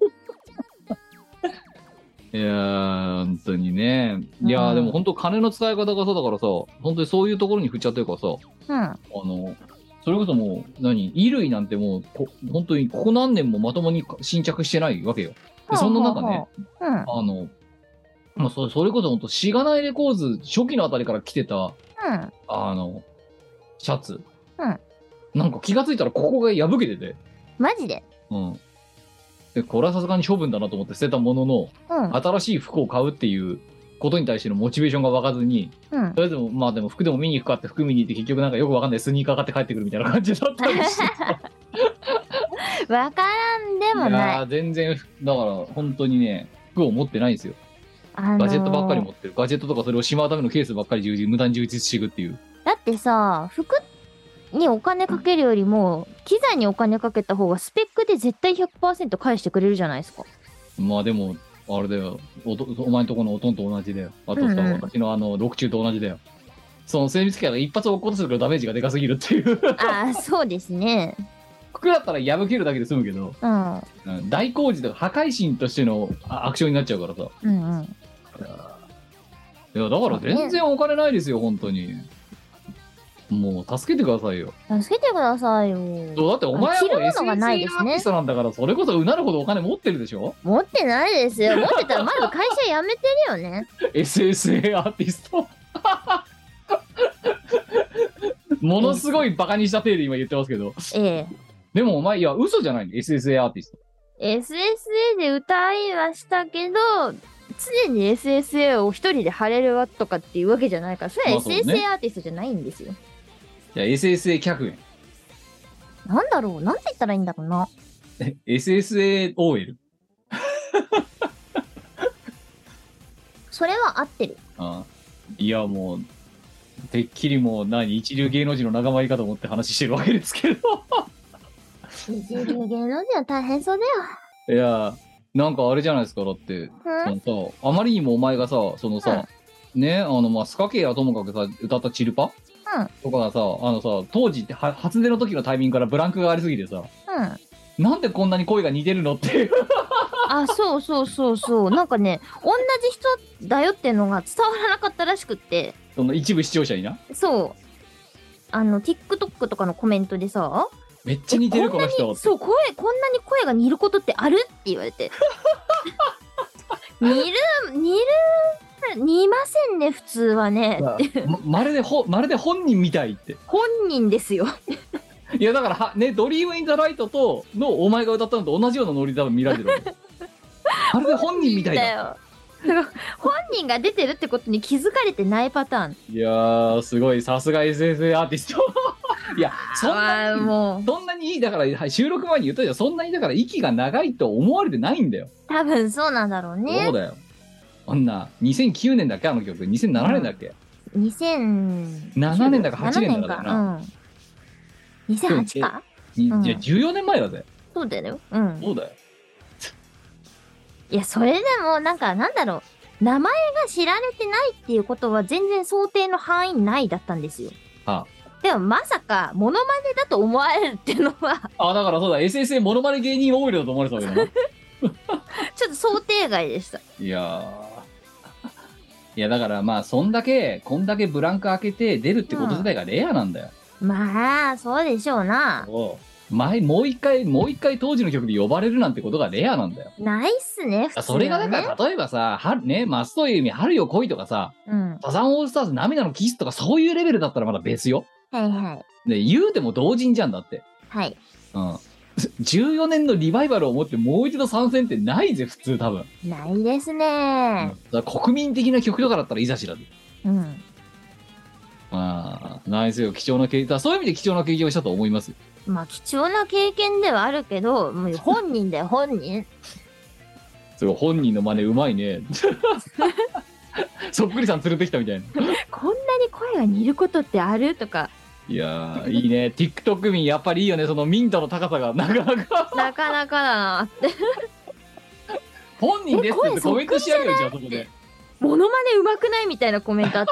いやー、本当にね。いやー、 うんでも本当金の使い方がさ、だからさ、本当にそういうところに振っちゃってるからさ、 うん。 あの、それこそもう、何、衣類なんてもう、こ本当にここ何年もまともに新着してないわけよ。で、そんな中ね、 うん。 あの、まあ、そそれこそ本当しがないレコーズ初期のあたりから着てた、 うん。 あの、シャツ。 うん。 なんか気がついたらここが破けてて。 マジで？ うん。で、これはさすがに処分だなと思って捨てたものの、 うん。 新しい服を買うっていうことに対してのモチベーションが湧かずに、 うん。 とりあえずも、まあでも服でも見に行くかって服見に行って結局なんかよくわかんないスニーカー買って帰ってくるみたいな感じだったりして。 わからんでもいない。 やー全然、だから本当にね、服を持ってないんですよ。 あのーガジェットばっかり持ってる。ガジェットとかそれをしまうためのケースばっかり充実無駄に充実していくっていう。 だってさ、服にお金かけるよりも、機材にお金かけた方がスペックで絶対 ひゃくパーセント 返してくれるじゃないですか。 まあでも、あれだよ。おとお前んとこのおとんと同じだよ。あとさ、 うんうん私のあの、六中と同じだよ。その精密機械が一発落っことするけどダメージがでかすぎるっていう。 ああ、そうですね。 服だったら破けるだけで済むけど、 うん。 うん大工事とか破壊神としてのあアクションになっちゃうからさ。 うんうん。 いや、だから全然お金ないですよ、本当に。もう、助けてくださいよ。 助けてくださいよ。 そうだってお前はもう着るものがないですエスエスエー アーねティストなんだから、それこそうなるほどお金持ってるでしょ。 持ってないですよ。持ってたらまず会社辞めてるよね。 エスエスエー アーティスト。ものすごいバカにした体で今言ってますけど。 ええ。 でもお前、いや、嘘じゃないの エスエスエー アーティスト。 エスエスエー で歌いはしたけど、常に エスエスエー を一人で貼れるわとかっていうわけじゃないから、それはまあそうねエスエスエー アーティストじゃないんですよ。 いや、エスエスエー 客演。 なんだろうなんて言ったらいいんだろうな。 エスエスエー オーエル。 それは合ってる。 ああいや、もう、てっきりもう何、一流芸能人の仲間入りかと思って話してるわけですけど。 一流芸能人は大変そうだよ。 いや、なんかあれじゃないですか、だって、 うんそのさ、あまりにもお前がさ、そのさ、ね、あの、まあ、スカケやともかくさ、歌ったチルパうんとかがさ、あのさ、当時っては初音の時のタイミングからブランクがありすぎてさ、 うん。 なんでこんなに声が似てるのっていう。 あ、そうそうそうそう。なんかね、同じ人だよっていうのが伝わらなかったらしくって。 その一部視聴者にな。 そあの TikTok とかのコメントでさ、 めっちゃ似てるこの人。 そう声こんなに声が似ることってあるって言われて似る似る似ませんね普通はねってままるでほまるで本人みたいって。 本人ですよいやだからはね、ドリームインザライトとのお前が歌ったのと同じようなノリで多分見られてるまるで本人みたいだよ本人が出てるってことに気づかれてないパターン。 いやーすごい、さすが エスエスエー アーティストいやそんなにもうそんなにいいだから、はい、収録前に言ったじゃん、そんなにだから息が長いと思われてないんだよ。 多分そうなんだろうね。 そうだよ。あんなにせんきゅうねんだっけあの曲、にせんななねんだっけ、 うん、にせんななねんだかはちねんだかな、うん、 にせんはちか、 うん、いやじゅうよねんまえだぜ。 そうだよ、うん、 そうだよ。 いやそれでもなんかなんだろう、名前が知られてないっていうことは全然想定の範囲内だったんですよ。 ああ、 でもまさかモノマネだと思われるっていうのはあ、だからそうだ エスエスエー モノマネ芸人オイルだと思われたわけだなちょっと想定外でした。 いやーいやだからまあそんだけこんだけブランク開けて出るってこと自体がレアなんだよ、 うん、まあそうでしょうな。 そう前もう一回もう一回当時の曲で呼ばれるなんてことがレアなんだよ。 ないっすね普通はね。 それがだから例えばさ、はね、松任谷由実春よ来いとかさ、うん、サザンオールスターズ涙のキスとかそういうレベルだったらまだ別よ。 はいはい。 で言うても同人じゃんだって。 はい。 うん。じゅうよねんのリバイバルを持ってもう一度参戦ってないぜ普通多分。 ないですね、 うん、だから国民的な曲とかだったらいざ知らず。 うん。 まあないですよ、貴重な経験。そういう意味で貴重な経験をしたと思いますよ。 まあ貴重な経験ではあるけど、もう本人だよ本人。 すごい本人の真似うまいね。そっくりさん連れてきたみたいな。 こんなに声が似ることってあるとか。 いやーいいね。TikTok 民やっぱりいいよね。そのミントの高さがなかなかなかなかだなって本人ですってコメントしやるよじゃあそこで。 モノマネうまくないみたいなコメントあって。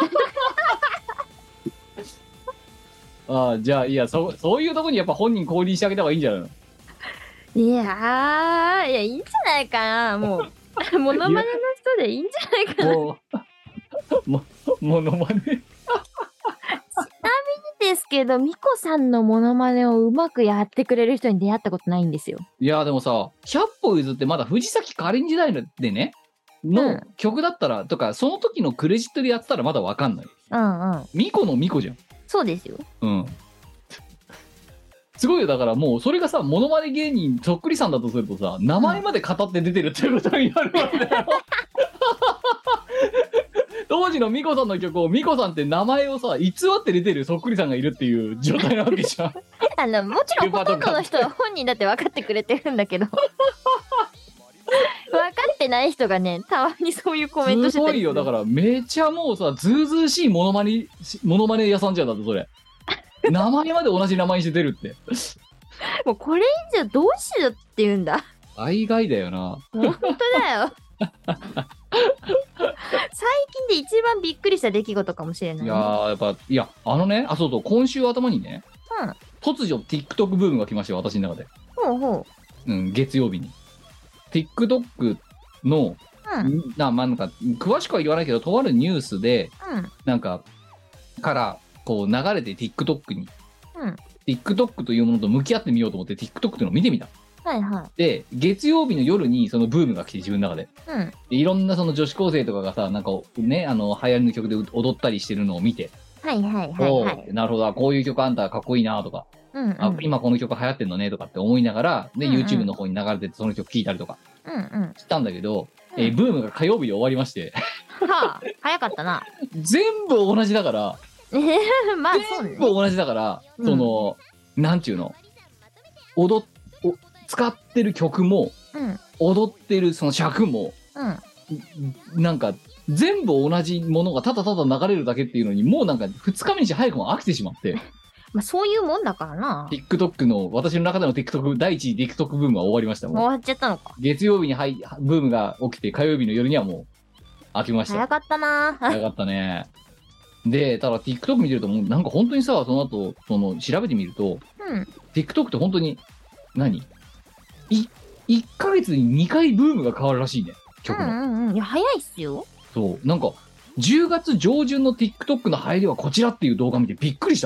ああじゃあいや そ, そういうとこにやっぱ本人降臨してあげた方がいいんじゃないの。 いやーいやいいんじゃないかなもうモノマネの人でいいんじゃないかな。もうもモノマネちなみにですけどミコさんのモノマネをうまくやってくれる人に出会ったことないんですよ。 いやでもさひゃっぽ譲ってまだ藤崎かりん時代でねの曲だったら、うん、とかその時のクレジットでやってたらまだわかんない。 うんうん。 ミコのミコじゃん。 そうですよ。 うん。すごいよ。だからもうそれがさモノマネ芸人そっくりさんだとするとさ名前まで語って出てるっていうことになるわけだよ、うん、当時のミコさんの曲をミコさんって名前をさ偽って出てるそっくりさんがいるっていう状態なわけじゃん。 あのもちろんほとんどの人は本人だって分かってくれてるんだけど分かってない人がねたまにそういうコメントしてたりする。すごいよ。 だからめちゃもうさずうずうしいモノマネモノマネ屋さんじゃんだってそれ。名前まで同じ名前にして出るってもうこれ以上どうしようって言うんだ。 愛外だよな。 本当だよ最近で一番びっくりした出来事かもしれない、ね、 いやーやっぱいやあのねあそうそう今週頭にね、うん、突如 TikTok ブームが来ましたよ私の中で。 ほうほう、うん、月曜日に TikTok の、うん、なまあなんか詳しくは言わないけどとあるニュースで、うん、なんかからこう流れて TikTok に、うん、TikTok というものと向き合ってみようと思って TikTok というのを見てみた。 はいはい。 で月曜日の夜にそのブームが来て自分の中で、うん、でいろんなその女子高生とかがさなんかねあの流行りの曲で踊ったりしてるのを見て、 はいはいはい、はい、 なるほどこういう曲あんたかっこいいなとか、うんうん、あ今この曲流行ってんのねとかって思いながらで、うんうん、YouTube の方に流れててその曲聴いたりとかしたんだけど、うんうん、えー、ブームが火曜日で終わりましてはあ早かったな。 全部同じだからまあそうね、 全部同じだから、うん、そのなんちゅうの踊っ使ってる曲も、うん、踊ってるその尺も、うん、なんか全部同じものがただただ流れるだけっていうのにもうなんかふつかめにして早くも飽きてしまってまあそういうもんだからな。 TikTok の私の中での TikTok 第一次 TikTok ブームは終わりました。もう終わっちゃったのか。 月曜日にはいブームが起きて火曜日の夜にはもう飽きました。 早かったな。 早かったね。でただ TikTok 見てるともうなんか本当にさその後その調べてみると、うん、TikTok って本当に何いいっかげつににかいブームが変わるらしいね曲の。 うんうんうん。いや早いっすよ。 そうなんかじゅうがつ上旬の TikTok の流行りはこちらっていう動画見てびっくりしたもん。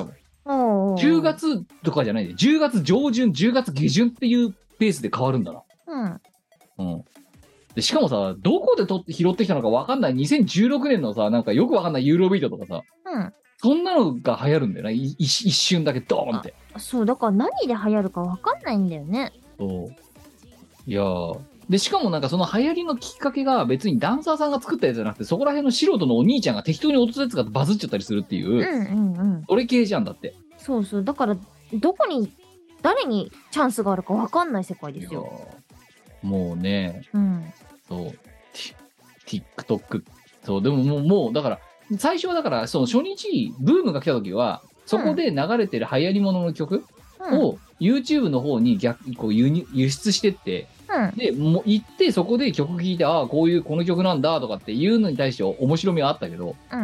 じゅうがつとかじゃないで、じゅうがつ上旬、じゅうがつ下旬っていうペースで変わるんだな。うん。うん。で、しかもさ、どこでとって拾ってきたのかわかんないにせんじゅうろくねんのさ、なんかよくわかんないユーロビートとかさ、 うん。 そんなのが流行るんだよな、一一瞬だけドーンって。 そう、だから何で流行るかわかんないんだよね。 そう。いやー。で、しかもなんかその流行りのきっかけが別にダンサーさんが作ったやつじゃなくて、そこら辺の素人のお兄ちゃんが適当に踊ったやつがバズっちゃったりするっていう、 うんうんうん。 それ系じゃんだって。 そうそう。だから、どこに、誰にチャンスがあるかわかんない世界ですよ。 もうね、 うん。 そう。TikTok。そう、でももう、もう、だから、最初はだから、その初日、ブームが来た時は、そこで流れてる流行り物の曲を、YouTube の方に逆こう 輸, 輸出してって、うん、で、もう行って、そこで曲聴いて、ああ、こういう、この曲なんだとかっていうのに対して面白みはあったけど、うんうん、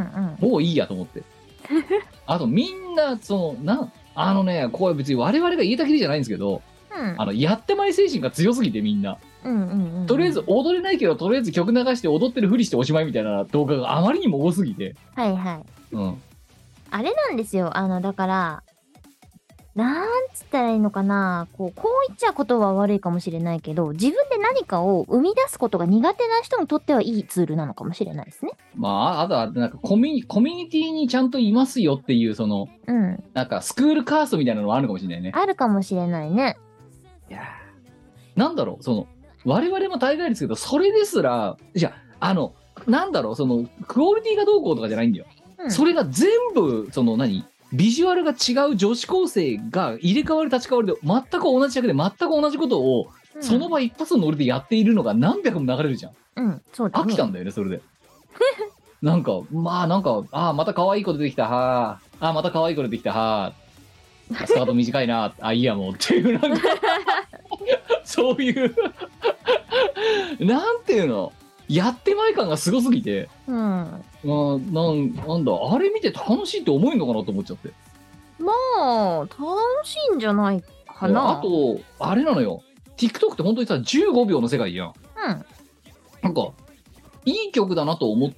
もういいやと思って。あと、みんな、その、な、あのね、これ別に我々が言えたきりじゃないんですけど、うん、あの、やってまい精神が強すぎてみんな。うんうんうんうん、とりあえず踊れないけど、とりあえず曲流して踊ってるふりしておしまいみたいな動画があまりにも多すぎて。 はいはい。うん。あれなんですよ。あの、だから、なんつったらいいのかな、こう、こう言っちゃことは悪いかもしれないけど、自分で何かを生み出すことが苦手な人にとってはいいツールなのかもしれないですね。まあ、あとは、なんかコミュニ、コミュニティにちゃんといますよっていう、その、うん。なんかスクールカーストみたいなのはあるかもしれないね。 あるかもしれないね。 いやなんだろう、その、我々も大概ですけど、それですら、じゃあ、あの、なんだろう、その、クオリティがどうこうとかじゃないんだよ。うん、それが全部、その何、ビジュアルが違う女子高生が入れ替わり立ち替わりで全く同じ役で全く同じことを、うん、その場一発のノリでやっているのが何百も流れるじゃん。うん、そうだね。飽きたんだよね、それで。なんか、まあなんか、ああ、また可愛い子出てきた、はあ。ああ、また可愛い子出てきた、はあ。スカート短いな、あ、いいやもうっていう、なんか、そういう、なんていうの、やってまい感がすごすぎて、うん、まあ、なん、なんだ、あれ見て楽しいって思えるのかなと思っちゃって。 まあ、楽しいんじゃないかな。 あと、あれなのよ。TikTok って本当にさ、じゅうごびょうの世界じゃん。うん。なんか、いい曲だなと思って、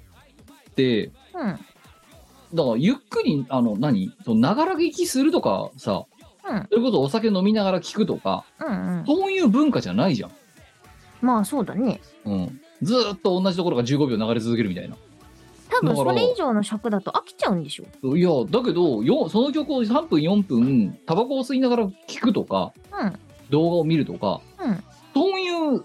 うん。だから、ゆっくり、あの、何その、ながら聞きするとかさ、うん。それこそお酒飲みながら聞くとか、うんうん。そういう文化じゃないじゃん。 まあ、そうだね。 うん。ずーっと同じところがじゅうごびょう流れ続けるみたいな。 多分それ以上の尺だと飽きちゃうんでしょ。 いやだけどよその曲をさんぷんよんぷんタバコを吸いながら聴くとか、うん、動画を見るとか、うん、そういう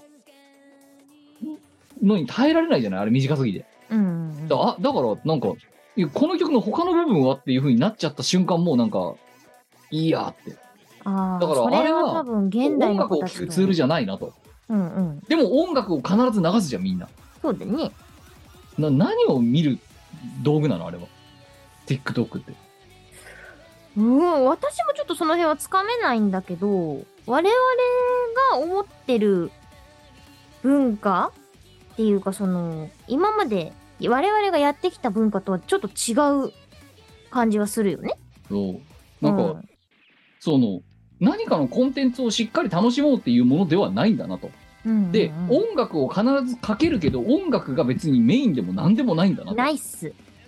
のに耐えられないじゃないあれ短すぎて、うんうん、だ, あだからなんかいやこの曲の他の部分はっていう風になっちゃった瞬間もうなんかいいやって。あだからあれは多分現代の音楽を聴くツールじゃないなと。うんうん、でも音楽を必ず流すじゃんみんな。 そうだね。 な何を見る道具なのあれは TikTok って。 うん私もちょっとその辺はつかめないんだけど我々が思ってる文化っていうかその今まで我々がやってきた文化とはちょっと違う感じはするよね。 そうなんか、うん、その何かのコンテンツをしっかり楽しもうっていうものではないんだなと。うんうんうん、で音楽を必ずかけるけど音楽が別にメインでも何でもないんだなと。 ナイス。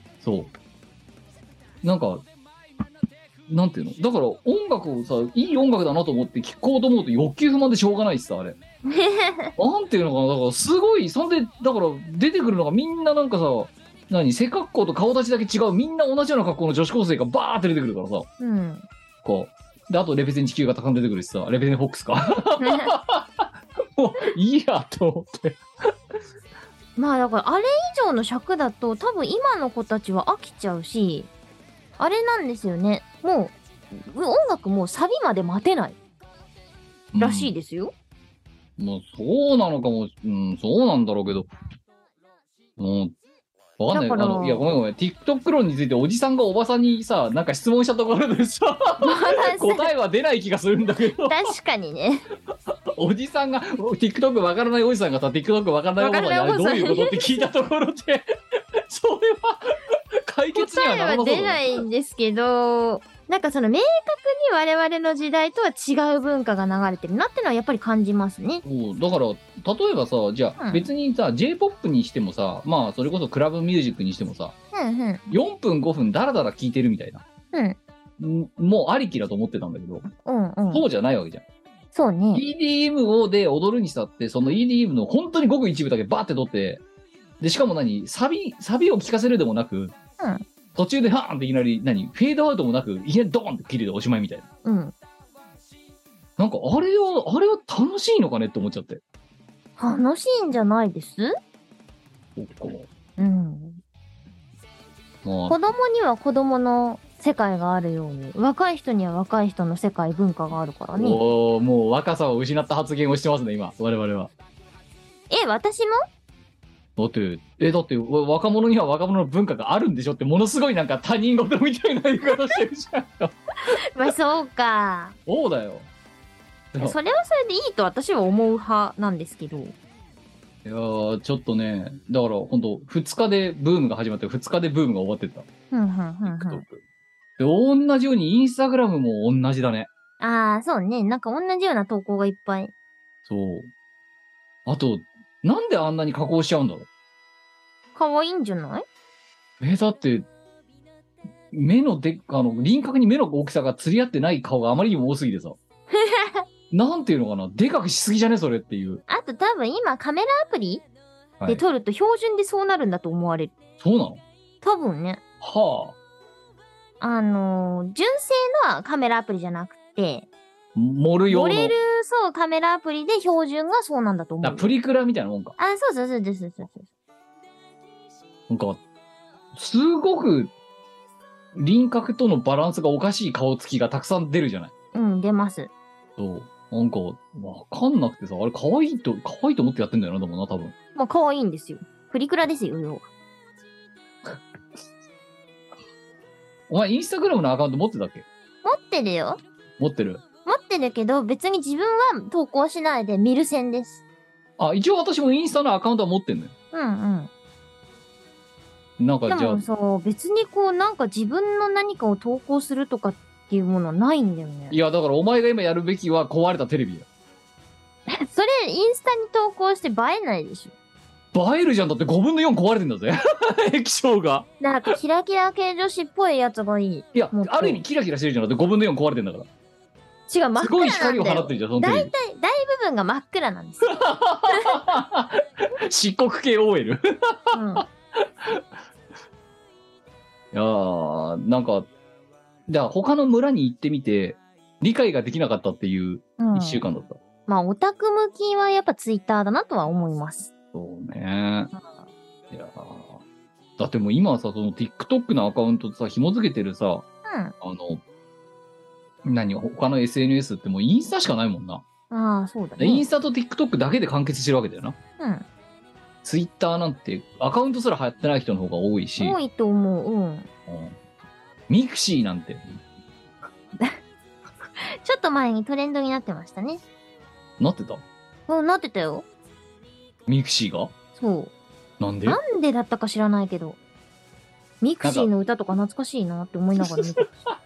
そうなんかなんていうのだから音楽をさいい音楽だなと思って聴こうと思うと欲求不満でしょうがないしさあれなんていうのかなだからすごいそんでだから出てくるのがみんななんかさ何背格好と顔立ちだけ違うみんな同じような格好の女子高生がバーって出てくるからさ、うん、こうであとレペゼン地球型が出てくるしさレペゼンフォックスかもういいやと思ってまあだからあれ以上の尺だと多分今の子たちは飽きちゃうしあれなんですよねもう音楽もうサビまで待てないらしいですよ、 うん、もうそうなのかも、うん、そうなんだろうけどもうわかんないあのいやごめんごめん TikTok 論についておじさんがおばさんにさなんか質問したところでさ答えは出ない気がするんだけど確かにねおじさんが TikTok わからないおじさんがさ TikTok わからないおばさんにあれどういうことって聞いたところでそれは解決にはならなそうだ。 答えは出ないんですけどなんかその明確に我々の時代とは違う文化が流れてるなってのはやっぱり感じますね。 そうだから例えばさじゃあ、うん、別にさ J-ポップ にしてもさまあそれこそクラブミュージックにしてもさ、うんうん、よんぷんごふんダラダラ聴いてるみたいな、うん、 もうありきだと思ってたんだけど、 うんうん。 そうじゃないわけじゃん。 そうね。 イーディーエム をで踊るにしたって、その イーディーエム の本当にごく一部だけバーって取って、で、しかも何サビ、サビを聴かせるでもなく、うん、途中でハーンっていきなり、何フェードアウトもなく、いきなりドーンって切るでおしまいみたいな。うん。なんか、あれは、あれは楽しいのかねって思っちゃって。 楽しいんじゃないです？ そっか。 うん。まあ、子供には子供の世界があるように、若い人には若い人の世界、文化があるからね。 おー、もう若さを失った発言をしてますね、今、我々は。 え、私も？ だって、え、だって、若者には若者の文化があるんでしょって、ものすごいなんか他人事みたいな言い方してるじゃん。 まあ、そうか。 そうだよ。 それはそれでいいと私は思う派なんですけど。いやー、ちょっとね、だから本当ふつかでブームが始まってふつかでブームが終わってった。 うんうんうんうん。 TikTok。で、同じようにインスタグラムも同じだね。 ああ、そうね。なんか同じような投稿がいっぱい。 そう。あと、なんであんなに加工しちゃうんだろう。 可愛いんじゃない？ え、だって、目ので、あの、輪郭に目の大きさが釣り合ってない顔があまりにも多すぎてさ。なんていうのかな、でかくしすぎじゃねそれっていう。 あと多分今カメラアプリで撮ると標準でそうなるんだと思われる。 そうなの？ 多分ね。 はあ。あのー、純正のカメラアプリじゃなくて、 盛る用の。 盛れる、そう、カメラアプリで標準がそうなんだと思う。 プリクラみたいなもんか。 あ、そうそうそうそうそうそう。 なんか、すごく、輪郭とのバランスがおかしい顔つきがたくさん出るじゃない。 うん、出ます。 そう。なんか、わかんなくてさ、あれ可愛いと、可愛いと思ってやってんだよな、でもな、多分。 まあ、可愛いんですよ。プリクラですよ、要は。 お前、インスタグラムのアカウント持ってたっけ？ 持ってるよ。 持ってる。 持ってるけど、別に自分は投稿しないで見る線です。 あ、一応私もインスタのアカウントは持ってんのよ。 うんうん。なんかじゃあ。 でもそう、別にこう、なんか自分の何かを投稿するとかっていうものはないんだよね。 いや、だからお前が今やるべきは壊れたテレビだ。 それ、インスタに投稿して映えないでしょ。 映えるじゃん。だってごぶんのよん壊れてんだぜ。液晶が。 なんかキラキラ系女子っぽいやつがいい。 いや、ある意味キラキラしてるじゃん。だってごぶんのよん壊れてんだから。 違う、真っ暗なんだよ。すごい光を放ってるじゃん、そのテレビ。 大体、大部分が真っ暗なんですよ。 漆黒系 オーエル。 うん。いやー、なんか、じゃあ他の村に行ってみて、理解ができなかったっていういっしゅうかんだった。うん、 まあ、オタク向きはやっぱツイッターだなとは思います。 そうね。いやだってもう今はさ、その TikTok のアカウントとさ、紐付けてるさ、うん、あの、何、他の エスエヌエス ってもうインスタしかないもんな。 ああ、そうだね。 インスタと TikTok だけで完結してるわけだよな。 うん。 Twitter なんてアカウントすら流行ってない人の方が多いし。 多いと思う。うん。うん、 ミクシーなんて。 ちょっと前にトレンドになってましたね。 なってた？ うん、なってたよ。 ミクシーが？ そう。 なんで？ なんでだったか知らないけど。ミクシーの歌とか懐かしいなって思いながら見てた。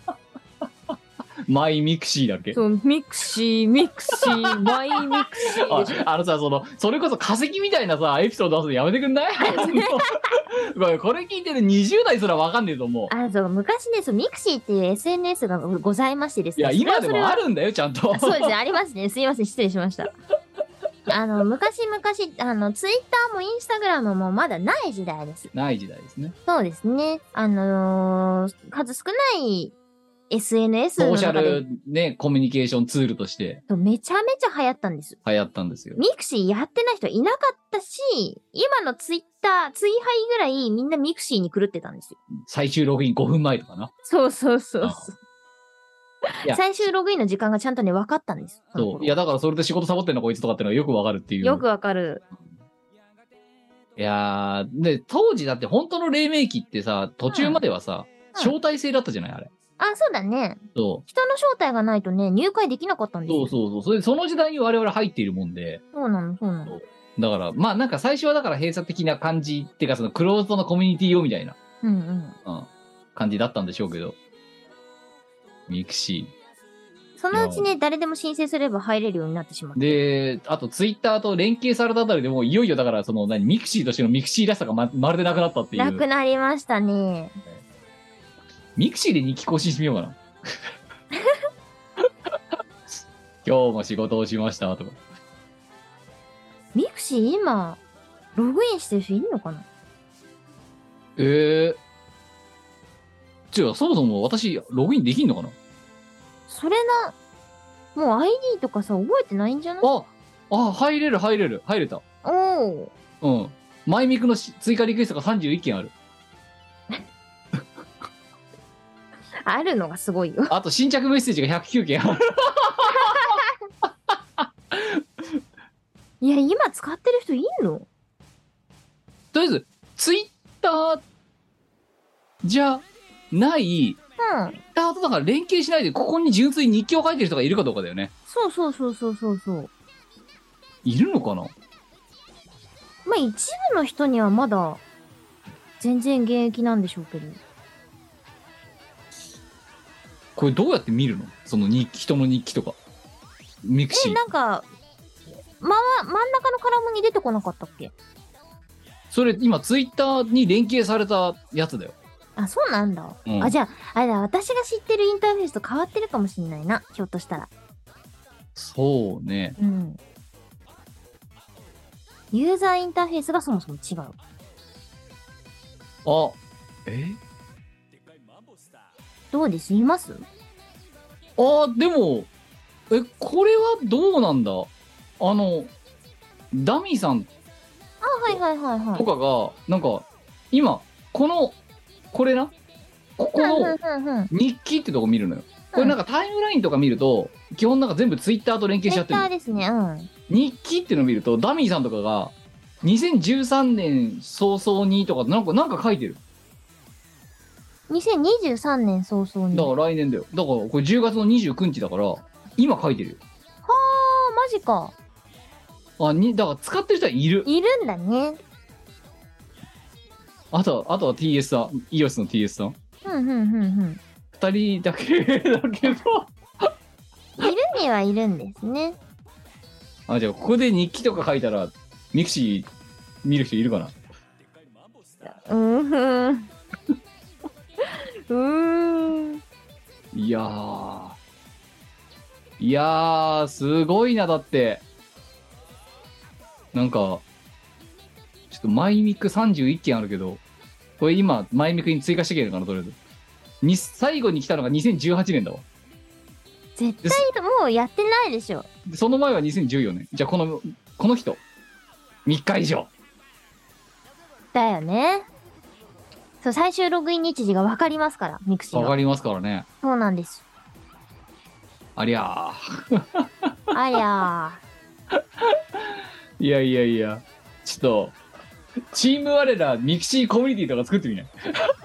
マイミクシーだっけ？ そう、ミクシー、ミクシー、マイミクシー。 あ, あのさ、その、それこそ化石みたいなさ、エピソード出すのやめてくんない？これ聞いてるにじゅう代すらわかんねえと思う。 あ、そう、昔ね、そう、ミクシーっていう エスエヌエス がございましてですね。 いや、今でもあるんだよ、ちゃんと。 そうですね、ありますね。すいません、失礼しました。あの、昔々、あの、ツイッターもインスタグラムもまだない時代です。 ない時代ですね。 そうですね。あのー、数少ない エスエヌエスソーシャルね、コミュニケーションツールとして。 めちゃめちゃ流行ったんです。 流行ったんですよ。 ミクシーやってない人いなかったし、今のツイッター、ツイハイぐらいみんなミクシーに狂ってたんですよ。 最終ログインごふんまえとかな。 そうそうそうそう。最終ログインの時間がちゃんとね、分かったんです。 そう。いや、だからそれで仕事サボってんのこいつとかってのがよくわかるっていう。 よくわかる。 いやー、で、当時だって本当の黎明期ってさ、途中まではさ、うん、招待制だったじゃないあれ。 あ、そうだね。 そう。 人の招待がないとね、入会できなかったんですよ。 そうそうそう。それで、その時代に我々入っているもんで。 そうなの、そうなの。 だから、まあなんか最初はだから閉鎖的な感じっていうか、そのクローズドのコミュニティ用みたいな。 うんうん。うん。 感じだったんでしょうけど。ミクシー。 そのうちね、誰でも申請すれば入れるようになってしまって。 で、あとツイッターと連携されたあたりでもういよいよだから、その何、ミクシーとしてのミクシーらしさが ま, まるでなくなったっていう。 なくなりましたね。 ミクシーで日記更新してみようかな。今日も仕事をしましたとか。 ミクシー今、ログインしてる人いるのかな？ えー。違う、そもそも私、ログインできんのかな？ それな、もう アイディー とかさ、覚えてないんじゃない？ ああ、入れる入れる。入れた。 おお。 うん。マイミクのし追加リクエストがさんじゅういっけんある。 あるのがすごいよ。 あと新着メッセージがひゃくきゅうけんある。 いや、今使ってる人いんの？ とりあえず、ツイッターじゃない、 うん。 ツイッターとだから連携しないで、ここに純粋に日記を書いてる人がいるかどうかだよね。 そうそうそうそうそうそう。 いるのかな？ まあ一部の人にはまだ全然現役なんでしょうけど。 これどうやって見るの？その日記、人の日記とか。ミクシー。 え、なんか、まわ、真ん中のカラムに出てこなかったっけ？ それ今ツイッターに連携されたやつだよ。 あ、そうなんだ。 うん、 あ、じゃあ、あれだ、私が知ってるインターフェースと変わってるかもしんないな。ひょっとしたら。 そうね。 うん。ユーザーインターフェースがそもそも違う。 あ、え？ どうです？います？ あ、でも、え、これはどうなんだ？あの、ダミーさんあ、はいはいはいはい。 とかが、なんか、今、この、これな、ここの日記ってとこ見るのよ。これなんかタイムラインとか見ると、基本なんか全部ツイッターと連携しちゃってる。 ツイッターですね、うん。 日記っていうのを見ると、ダミーさんとかが、にせんじゅうさんねん早々にとか、なんか、なんか書いてる。 にせんにじゅうさんねん早々に。 だから来年だよ。だからこれじゅうがつのにじゅうくにちだから、今書いてるよ。 はあ、マジか。 あ、に、だから使ってる人はいる。 いるんだね。 あとは、あとは ティーエス さん、イオシス の ティーエス さん。 ふんふんふんふん。 二人だけだけど。 いるにはいるんですね。 あ、じゃあここで日記とか書いたら、ミクシー見る人いるかな？ うーんふん。うーん。 いやー。いやー、すごいな、だって。なんか、ちょっとマイミクさんじゅういっけんあるけど、これ今、マイミクに追加してきてるかな、とりあえず。に、最後に来たのがにせんじゅうはちねんだわ。 絶対もうやってないでしょ。 その前はにせんじゅうよねん。じゃあこの、この人。みっか以上。 だよね。そう、最終ログイン日時が分かりますから、ミクシーは。 わかりますからね。 そうなんです。 ありゃー。 ありゃいやいやいや。ちょっと、チーム我らミクシーコミュニティとか作ってみない？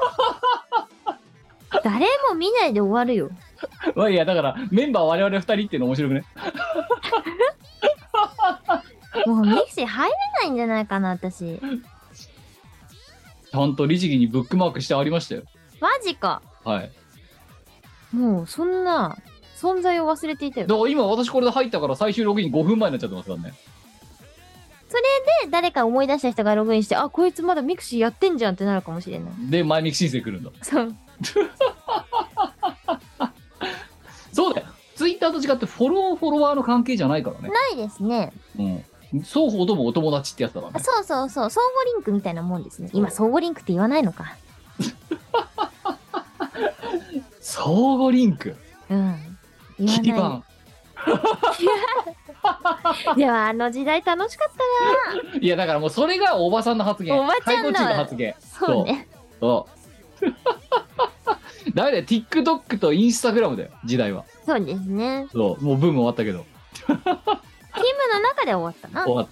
ー。誰も見ないで終わるよ。 まあいや、だからメンバー我々ふたりっていうの面白くね？ もうミクシー入れないんじゃないかな、私。 ちゃんと律儀にブックマークしてありましたよ。 マジか。 はい。 もうそんな存在を忘れていたよ。 だから今私これで入ったから最終ログインごふんまえになっちゃってますからね。 それで誰か思い出した人がログインして、あ、こいつまだミクシーやってんじゃんってなるかもしれない。 で、前ミク申請来るんだ。 そう。 そうだよ。ツイッターと違ってフォローフォロワーの関係じゃないからね。 ないですね。 うん。双方ともお友達ってやつだからね。 そうそうそう。相互リンクみたいなもんですね。今、相互リンクって言わないのか。 相互リンク。 うん。言わない。 基盤。 でもあの時代楽しかったな。 いやだからもうそれがおばさんの発言。 おばちゃんの解雇中の発言。 そうね。 そう。ダメだよ。TikTok と Instagram だよ。時代は。 そうですね。 そう。もうブーム終わったけど。 ゲームの中で終わったな。 終わった。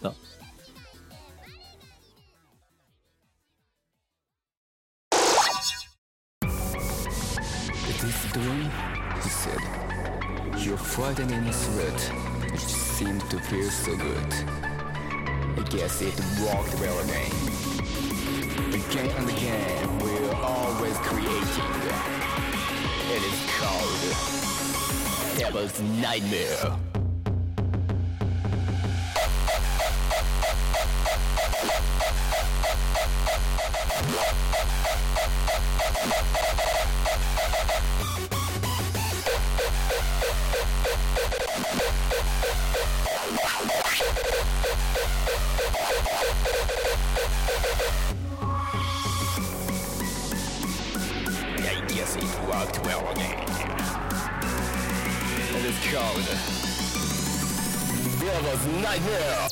This dream, he said, you're frightening sweat, which seemed to feel so good. I guess it worked well again. Again and again, we're always creating. It is called Devil's Nightmare. Yes, it worked well again. It is called Devil's Nightmare.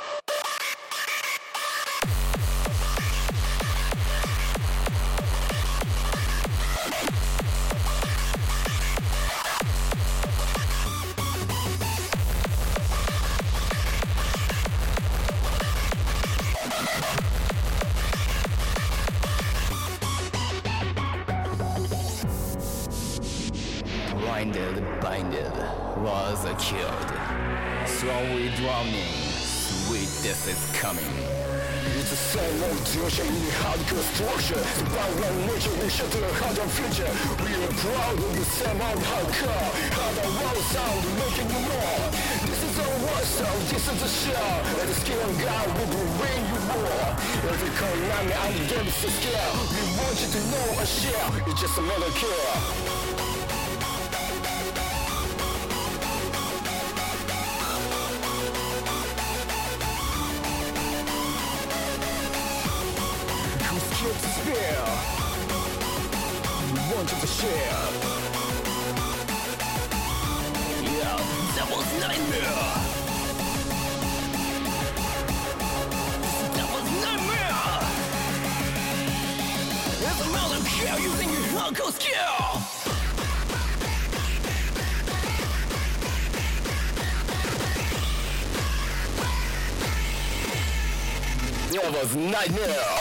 Blinded, binded, was killed. Slowly drowning, sweet death is coming. It's a same old torture in hardcore torture. By one nature we shut the heart of future. We are proud of the same old hardcore. Hard and raw sound, making you more. This is our war sound, this is the show. And the skill of God will bring you more. Every Konami and the game is to scale. We want you to know a share. It's just another kill. To spare, we wanted to share. Yeah, Devil's Nightmare. Devil's Nightmare. It's another kill using your hardcore skill. Devil's Nightmare.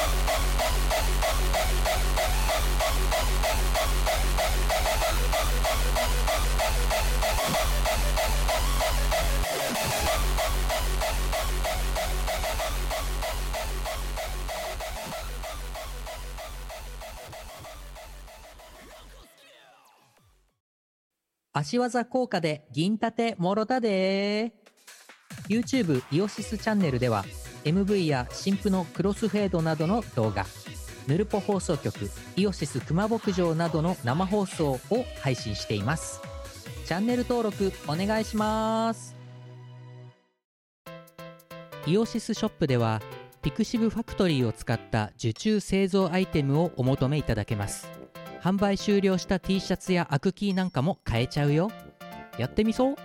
足技効果で銀盾もろたでー。 YouTube イオシスチャンネルでは エムブイ や新婦のクロスフェードなどの動画、ヌルポ放送局イオシス熊牧場などの生放送を配信しています。チャンネル登録お願いします。イオシスショップではピクシブファクトリーを使った受注製造アイテムをお求めいただけます。販売終了した T シャツやアクキーなんかも買えちゃうよ。やってみそう。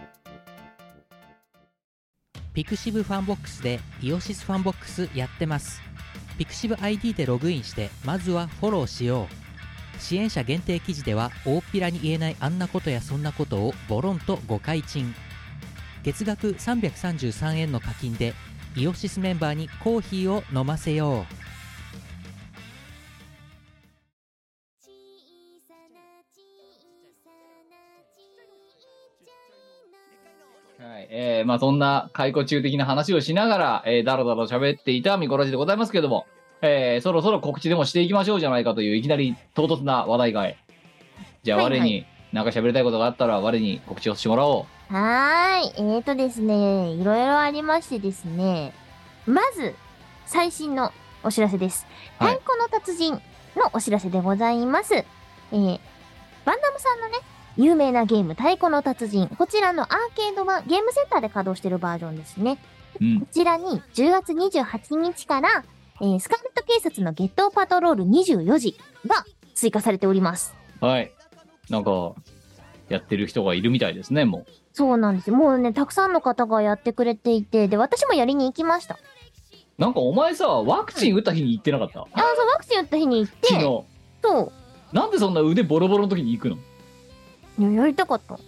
ピクシブファンボックスでイオシスファンボックスやってます。ピクシブ アイディー でログインしてまずはフォローしよう。支援者限定記事では大っぴらに言えないあんなことやそんなことをボロンとご開陳。月額さんびゃくさんじゅうさんえんの課金でイオシスメンバーにコーヒーを飲ませよう。 はい、えー、まあそんな解雇中的な話をしながら、えー、だらだら喋っていたミコラジでございますけども、えー、そろそろ告知でもしていきましょうじゃないかといういきなり唐突な話題がえ。じゃあ我になんか喋りたいことがあったら我に告知をしてもらおう。はーい、えーとですね、いろいろありましてですね、まず最新のお知らせです。太鼓の達人のお知らせでございます。えー、バンダムさんのね、有名なゲーム太鼓の達人、こちらのアーケード版ゲームセンターで稼働しているバージョンですね、うん、こちらにじゅうがつにじゅうはちにちから、えー、スカーレット警察のゲットパトロールにじゅうよじが追加されております。 はい、なんかやってる人がいるみたいですね。もうそうなんですよ。もうね、たくさんの方がやってくれていて、で私もやりに行きました。 なんかお前さ、ワクチン打った日に行ってなかった？うん、 ああ、そう、ワクチン打った日に行って昨日そうなんでそんな腕ボロボロの時に行くの？ いや、やりたかった。で、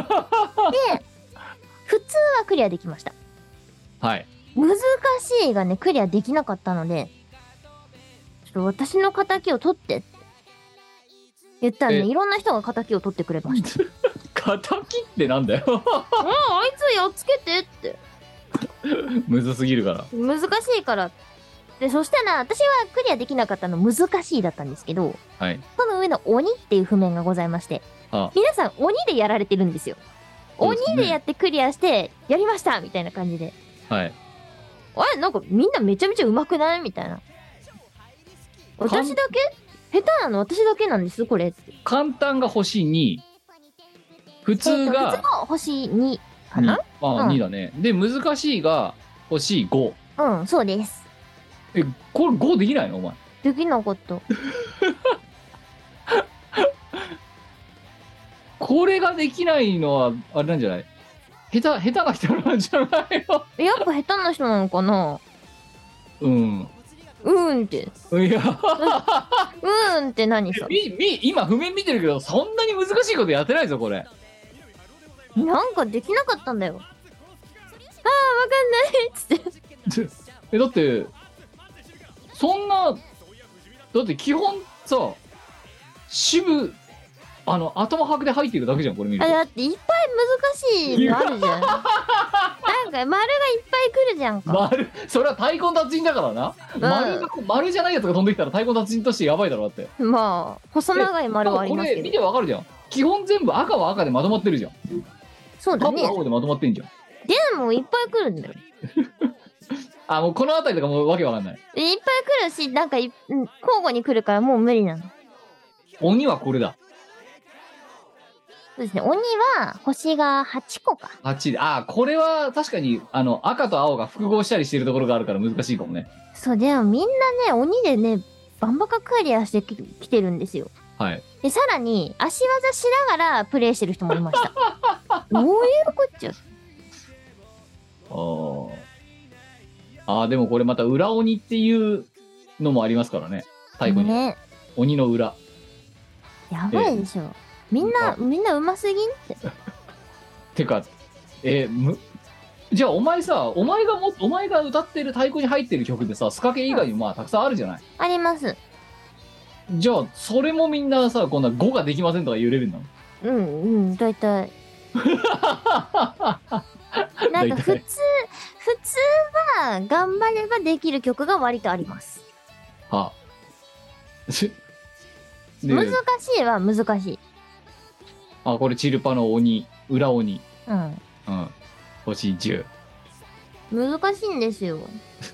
普通はクリアできました。 はい。 難しいがね、クリアできなかったので、ちょっと私の仇を取ってって言ったらね、いろんな人が仇を取ってくれました。 仇ってなんだよ。 ああ、あいつやっつけてって。 むずすぎるから。 難しいから。で、そしたら、私はクリアできなかったの難しいだったんですけど、 はい。 その上の鬼っていう譜面がございまして、 ああ皆さん鬼でやられてるんですよ。鬼でやってクリアしてやりましたみたいな感じで、 はい。 あれなんかみんなめちゃめちゃ上手くないみたいな。私だけ下手なの私だけなんですこれって。 簡単が星に、普通が、 えー、普通が星にかな。 ああ、 うん、 にだね。で難しいが星ご。 うん、そうです。 え、これごできないのお前。 できなかったこれができないのはあれなんじゃない？下手下手な人なんじゃないの？ やっぱ下手な人なのかな。 うんうんっていやうんって何さ。 みみ今譜面見てるけどそんなに難しいことやってないぞこれ。 なんかできなかったんだよ。ああわかんないっつってえだってそんなだって基本さ支部あの頭拍で入ってるだけじゃんこれ見ると。 あだっていっぱい難しいのあるじゃんなんか丸がいっぱい来るじゃんか。 丸それは太鼓の達人だからな、うん、丸が丸じゃないやつが飛んできたら太鼓の達人としてやばいだろだって。 まあ細長い丸はありますけどこれ見てわかるじゃん。基本全部赤は赤でまとまってるじゃん。 そうだね。 青は青でまとまってんじゃん。 でもいっぱい来るんだよあもうこの辺りとかもうわけわかんない。いっぱい来るしなんかい、うん、交互に来るからもう無理なの。 鬼はこれだ。 そうですね。鬼は星がはちこか。 はちで、ああこれは確かにあの赤と青が複合したりしてるところがあるから難しいかもね。 そうでもみんなね鬼でねバンバカクリアしてききてるんですよ。 はい。 でさらに足技しながらプレイしてる人もいましたどういうこっちゃ。 あああでもこれまた裏鬼っていうのもありますからね太鼓に、ね、鬼の裏やばいでしょ、えー、みんなみんなうますぎんっててかえー、むじゃあお前さお前がもお前が歌ってる太鼓に入ってる曲でさスカ系以外にもまあたくさんあるじゃない。 あります。 じゃあそれもみんなさこんなごができませんとか言うレベルなの。 うんうんだいたいなんか普通普通は頑張ればできる曲が割とあります。 はあ難しいは難しい。 あこれチルパの鬼裏鬼うんうん星じゅう難しいんですよ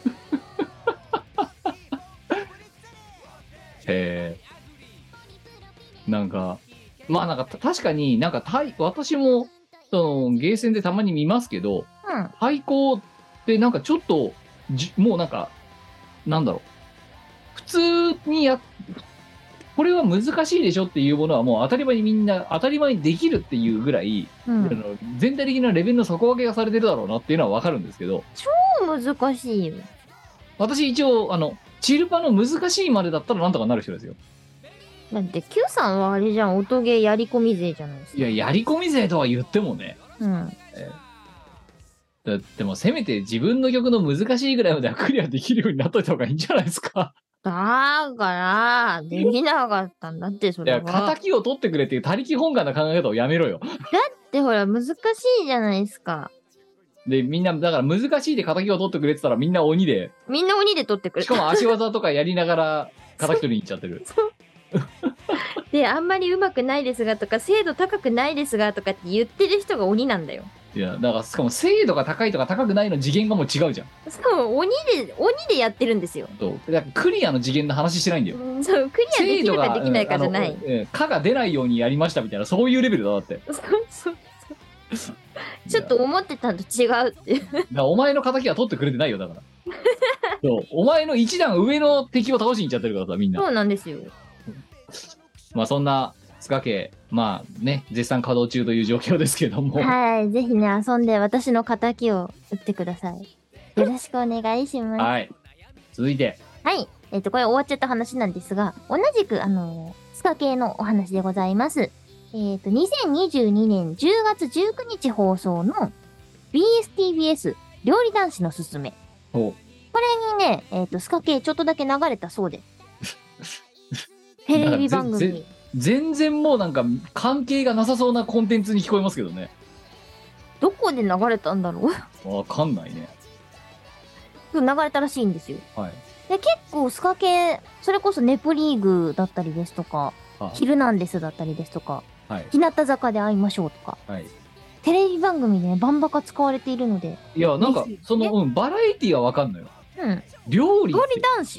へえなんかまあなんか確かになんかたい私もそのゲーセンでたまに見ますけど、 うん、 太鼓ってなんかちょっとじもうなんかなんだろう普通にやこれは難しいでしょっていうものはもう当たり前にみんな当たり前にできるっていうぐらい、うん、あの全体的なレベルの底分けがされてるだろうなっていうのは分かるんですけど超難しいよ。 私一応あのチルパの難しいまでだったらなんとかなる人ですよ。 だって Q さんはあれじゃん音ゲーやり込み勢じゃないですか。 いややり込み勢とは言ってもね、 うんえー、だでもせめて自分の曲の難しいぐらいまではクリアできるようになっといた方がいいんじゃないですかだからできなかったんだってそれは。いや敵を取ってくれっていう他力本願な考え方をやめろよだってほら難しいじゃないですか。 でみんなだから難しいで敵を取ってくれって言ったらみんな鬼でみんな鬼で取ってくれしかも足技とかやりながら敵取りに行っちゃってるであんまりうまくないですがとか精度高くないですがとかって言ってる人が鬼なんだよ。 いやだからしかも精度が高いとか高くないの次元がもう違うじゃん。 そう鬼で鬼でやってるんですよ。 そうだからクリアの次元の話してないんだよ、 うん、そうクリアできるかできないかじゃない、 うん、かが出ないようにやりましたみたいなそういうレベルだだってそうそうそうちょっと思ってたのと違うってだからお前の敵は取ってくれてないよだからそうお前の一段上の敵を倒しに行っちゃってるからさみんな。 そうなんですよ。 まあそんなスカ系まあね絶賛稼働中という状況ですけどもはいぜひね遊んで私の敵を撃ってください。よろしくお願いします。 はい続いてはいえっ、ー、とこれ終わっちゃった話なんですが同じくあのー、スカ系のお話でございます。えっ、ー、とにせんにじゅうにねんじゅうがつじゅうくにち放送の ビーエスティービーエス 料理男子のすすめこれにねえっ、ー、とスカ系ちょっとだけ流れたそうでテレビ番組全然もうなんか関係がなさそうなコンテンツに聞こえますけどね。 どこで流れたんだろうわかんないね。 流れたらしいんですよ。 はい。 で結構スカ系それこそネプリーグだったりですとか「ヒルナンデス」だったりですとか「はい、日向坂で会いましょう」とか、はい、テレビ番組でねバンバカ使われているので。 いやなんかその、うん、バラエティはわかんのよ。 うん。 料理料理男子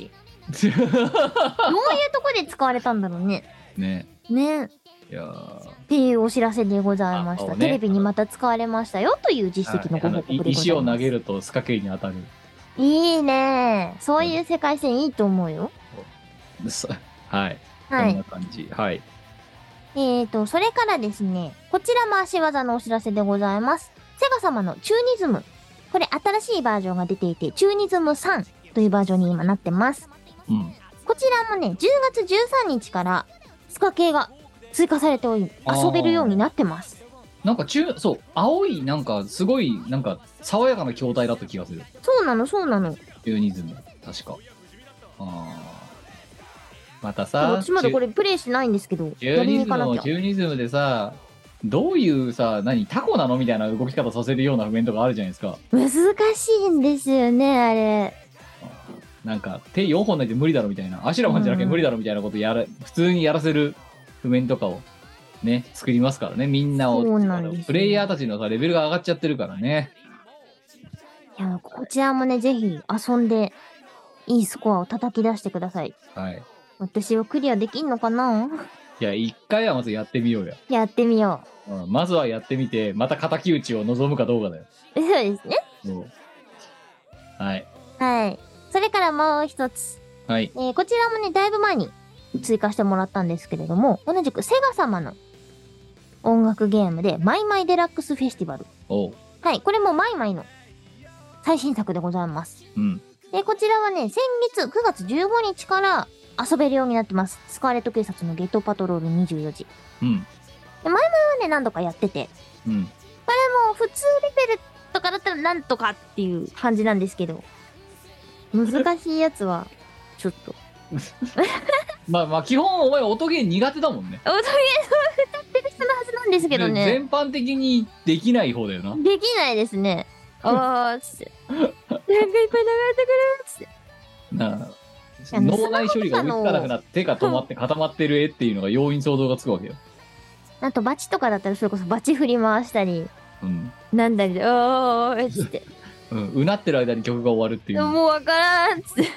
どういうとこで使われたんだろうね。 ね。 ね。 いやーっていうお知らせでございました。 あそうねテレビにまた使われましたよという実績のご報告でございます。 石を投げるとスカケイに当たる。 いいね。そういう世界線いいと思うよ。 そはい。 はい。 こんな感じ。はい。 えーと、それからですね、こちらも足技のお知らせでございます。セガ様のチューニズム。これ新しいバージョンが出ていて、チューニズムさんというバージョンに今なってます。 うん。 こちらもね、じゅうがつじゅうさんにちからスカ系が追加されており、遊べるようになってます。 なんか中、そう、青い、なんか、すごい、なんか、爽やかな筐体だった気がする。 そうなの、そうなの。 ユーニズム。確か。あまたさ、 私まだこれプレイしないんですけど、 チュやりーニズムもに行かなきゃ。 チューニズムでさ、どういうさ、何、タコなのみたいな動き方させるような譜面とかあるじゃないですか。 難しいんですよね、あれ。 なんか、手よんほんないと無理だろみたいな、アシュラマンじゃなきゃ無理だろみたいなことやら、普通にやらせる譜面とかをね、作りますからね、みんなを。 そうなんですよプレイヤーたちのさ、レベルが上がっちゃってるからね。 いや、こちらもね、ぜひ遊んで、いいスコアを叩き出してください。 はい。 私はクリアできんのかないや、一回はまずやってみようや。 やってみようん、まずはやってみて、また敵討ちを望むかどうかだよ。 う。そうですね。 そうはい。 はい。それからもう一つ。 はい。 えーこちらもね、だいぶ前に追加してもらったんですけれども、同じくセガ様の音楽ゲームで、マイマイデラックスフェスティバル。 おう。 はい。これもマイマイの最新作でございます。 うん。 で、こちらはね、先月くがつじゅうごにちから遊べるようになってます。スカーレット警察のゲットパトロールにじゅうよじ。 うん。 で、前々はね、何度かやってて、 うん。 もう普通レベルとかだったらなんとかっていう感じなんですけど、難しいやつは、ちょっと。 まあまあ、基本お前音ゲー苦手だもんね。 おとげ歌ってる人のはずなんですけどね。 全般的にできない方だよな。 できないですね。あー、つって。なんかいっぱい流れてくるつって。 なああの脳内処理が追いつかなくなって手が止まって固まってる絵っていうのが容易に想像がつくわけよ。 あとバチとかだったらそれこそバチ振り回したり、 うん。 なんだりで、おーーっつって。 うん。うなってる間に曲が終わるっていう。 もうわからんっつって。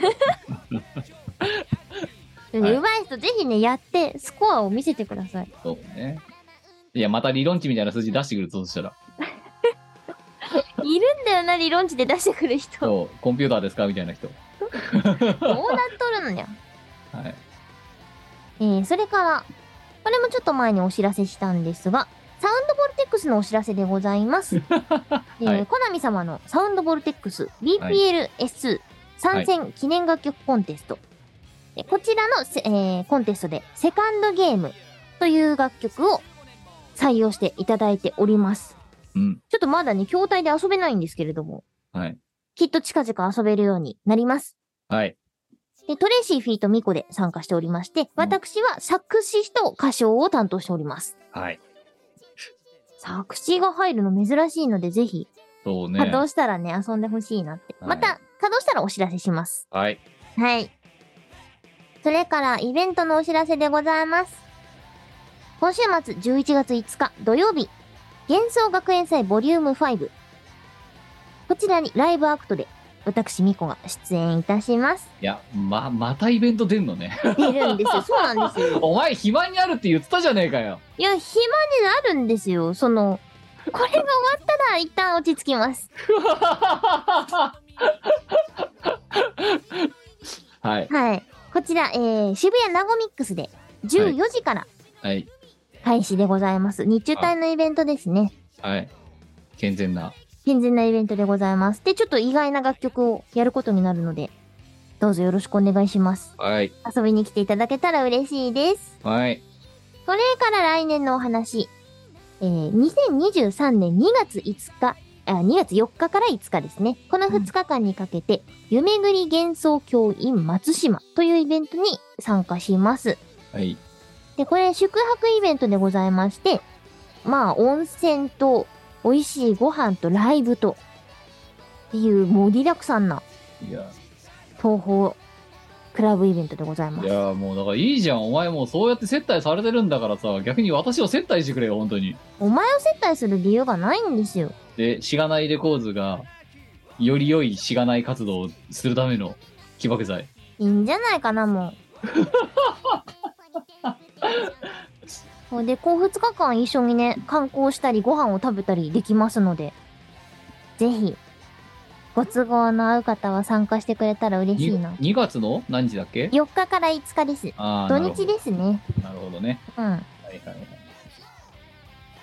でねはい上手い人ぜひね、やってスコアを見せてください。 そうね。いや、また理論値みたいな数字出してくるとしたら。 いるんだよな、理論値で出してくる人。どうそう、コンピューターですかみたいな人。 なっとるのにゃ。 はい。 えー、それから、これもちょっと前にお知らせしたんですが、サウンドボルテックスのお知らせでございます。えーはいコナミ様のサウンドボルテックス ビーピーエルエスツー 参戦記念楽曲コンテスト。えこちらのせ、えーコンテストでセカンドゲームという楽曲を採用していただいております。 うん。 ちょっとまだね、筐体で遊べないんですけれども、 はい。 きっと近々遊べるようになります。 はい。 で、トレイシー・フィート・ミコで参加しておりまして、私は作詞と歌唱を担当しております。 はい。 作詞が入るの珍しいので、ぜひ、 そうね。 稼働したらね、遊んでほしいなって。 はいまた、稼働したらお知らせします。 はい。 はい。それから、イベントのお知らせでございます。今週末じゅういちがついつか土曜日、幻想学園祭ボリュームファイブ。こちらにライブアクトで、私、ミコが出演いたします。 いや、ま、またイベント出んのね。 出るんですよ。そうなんですよ。 お前暇になるって言ってたじゃねえかよ。 いや、暇になるんですよ。その、これが終わったら一旦落ち着きます。 はい。 はい。こちら、えー、渋谷ナゴミックスでじゅうよじからはい。 開始でございます。日中帯のイベントですね。 はい。健全な。 健全なイベントでございます。で、ちょっと意外な楽曲をやることになるので、どうぞよろしくお願いします。 はい。 遊びに来ていただけたら嬉しいです。 はい。 それから来年のお話。えー、にせんにじゅうさんねんにがついつか、あ、にがつよっかからいつかですね。このふつかかんにかけて、夢ぐり幻想郷 in 松島というイベントに参加します。 はい。 で、これ宿泊イベントでございまして、まあ、温泉と美味しいご飯とライブと、っていうもうリラクさんないや、 東宝クラブイベントでございます。 いや、もうだからいいじゃん。お前もうそうやって接待されてるんだからさ、逆に私を接待してくれよ、本当に。 お前を接待する理由がないんですよ。 で、しがないレコーズが、より良いしがない活動をするための起爆剤。 いいんじゃないかな、もう。で、こうふつかかん一緒にね、観光したりご飯を食べたりできますので、ぜひ、ご都合の合う方は参加してくれたら嬉しいな。 にがつの何日だっけ？ よっかからいつかです。 あ土日ですね。 なるほどね。 うん。 はいはいはい。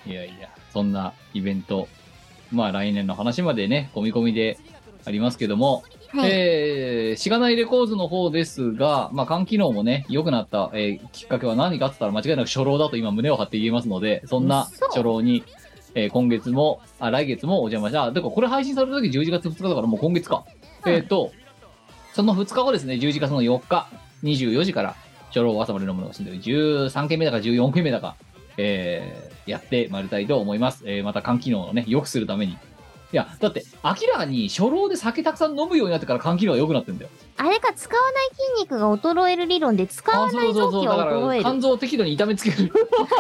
いやいや、そんなイベント、まあ来年の話までね、込み込みでありますけども、はい、えー、しがないレコーズの方ですが、まあ、肝機能もね、良くなった、えー、きっかけは何かって言ったら間違いなく初老だと今胸を張って言えますので、そんな初老に、えー、今月も、あ、来月もお邪魔した。だからこれ配信された時じゅういちがつふつかだからもう今月か。うん、えっ、ー、と、そのふつかごですね、じゅういちがつのよっか、にじゅうよじから、初老朝まで飲むのが死んでるじゅうさんけんめだかじゅうよんけんめだか、えー、やってまいりたいと思います。えー、また肝機能をね、良くするために。いや、だって、明らかに初老で酒たくさん飲むようになってから肝機能が良くなってんだよ。 あれか、使わない筋肉が衰える理論で、使わない臓器は衰える。 肝臓を適度に痛めつける。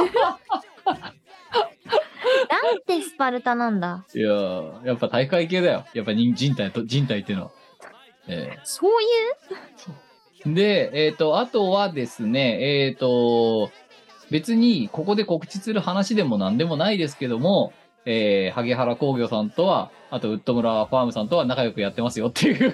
なんてスパルタなんだ。 いやー、やっぱ体育会系だよ。やっぱ人体と、人体っていうのは。えー、 そういうで、えっ、ー、と、あとはですね、えっ、ー、と、別にここで告知する話でも何でもないですけども、えー、萩原工業さんとは、あとウッド村ファームさんとは仲良くやってますよっていう。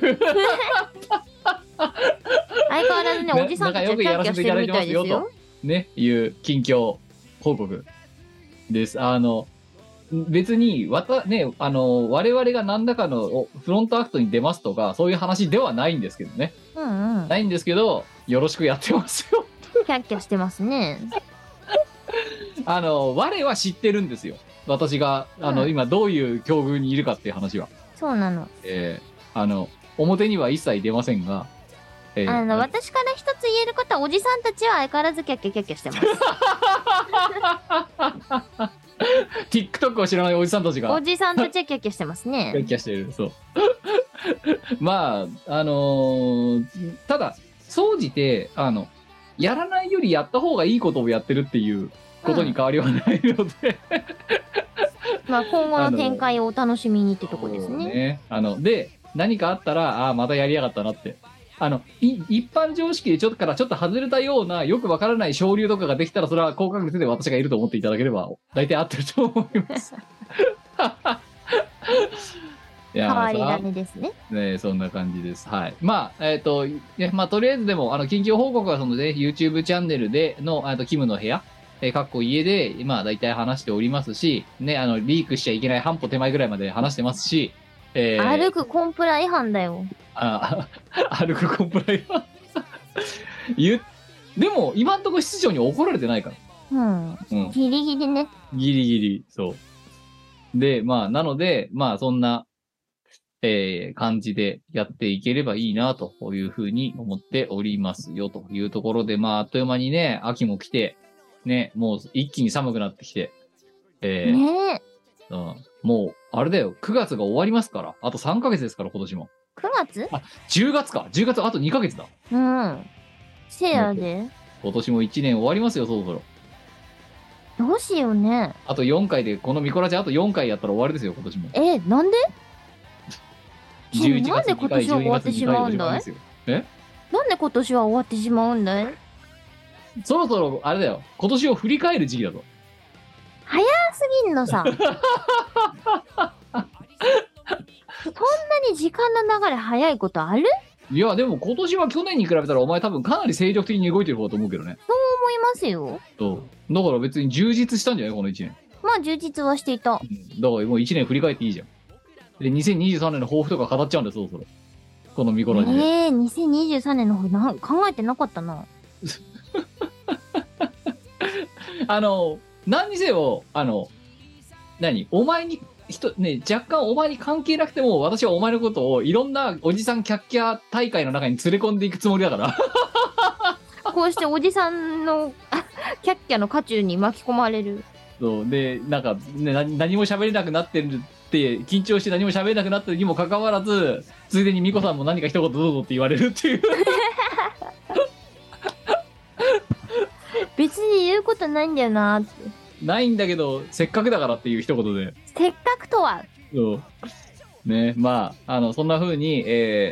相変わらずね、おじさんたちはキャッキャしてるみたいですよ。 ね、いう近況報告です。あの、別にわた、ね、あの、我々が何らかのフロントアクトに出ますとか、そういう話ではないんですけどね。 うんうん。 ないんですけど、よろしくやってますよ。 キャッキャしてますね。 あの、我は知ってるんですよ。私が、あの、うん、今どういう境遇にいるかっていう話は。 そうなの。 えー、あの、表には一切出ませんが、 えー、あの、私から一つ言えることは、おじさんたちは相変わらずキャッキャキャッキャしてます。 TikTok を知らないおじさんたちが。 おじさんたちはキャッキャしてますね。 キャッキャしてる、そう。まあ、あのー、ただ、総じて、あの、やらないよりやった方がいいことをやってるっていうことに変わりはないので、 うん、まあ今後の展開をお楽しみにってとこですね。 ね、あので何かあったら、ああまたやりやがったなって、あのい一般常識でちょっとからちょっと外れたようなよくわからない昇竜とかができたら、それは高確率で私がいると思っていただければ大体合ってると思います。いや、変わり種ですね。 ね、そんな感じです。はい。まあ、えっ、ー、と、ね、まあ、とりあえずでも、あの、近況報告はそのね、YouTube チャンネルでの、あと、キムの部屋、えー、かっこ家で、まあ、大体話しておりますし、ね、あの、リークしちゃいけない半歩手前ぐらいまで話してますし、 えー、歩くコンプラ違反だよ。 あ、歩くコンプラ違反。言でも、今んとこ室長に怒られてないから。 うん。うん、ギリギリね。 ギリギリ、そう。で、まあ、なので、まあ、そんな、えー、感じでやっていければいいなというふうに思っておりますよというところで、まあ、あっという間にね、秋も来て、ね、もう一気に寒くなってきて、えー、 ねえ、うん。もう、あれだよ、くがつが終わりますから、あとさんかげつですから、今年も。 くがつ？ あ、じゅうがつか。じゅうがつあとにかげつだ。 うん。せやで。 今年もいちねん終わりますよ、そろそろ。 どうしようね。 あとよんかいで、このミコラジあとよんかいやったら終わりですよ、今年も。 え、なんでじゅういちがつなんで今年は終わってしまうんだい？ え？ なんで今年は終わってしまうんだい？ そろそろ、あれだよ、今年を振り返る時期だぞ。 早すぎんのさ。そんなに時間の流れ早いことある？ いや、でも今年は去年に比べたらお前多分かなり精力的に動いてる方だと思うけどね。 そう思いますよ。 そう。だから別に充実したんじゃないこのいちねん。 まあ充実はしていた。うん、 だからもういちねん振り返っていいじゃん。で、にせんにじゅうさんねんの抱負とか語っちゃうんだよ、そろそろ。このミコラジで。 えー、にせんにじゅうさんねんの抱負な考えてなかったな。 あの、何にせよ、あの、何お前に、人、ね、若干お前に関係なくても、私はお前のことをいろんなおじさんキャッキャ大会の中に連れ込んでいくつもりだから。 こうしておじさんのキャッキャの渦中に巻き込まれる。 そう。で、なんか、ね、何何も喋れなくなってるって、緊張して何も喋れなくなってるにもかかわらず、ついでにミコさんも何か一言どうぞって言われるっていう。 別に言うことないんだよなーって。 ないんだけど、せっかくだからっていう一言で。 せっかくとは。 そう。ね、まあ、あの、そんな風に、えー、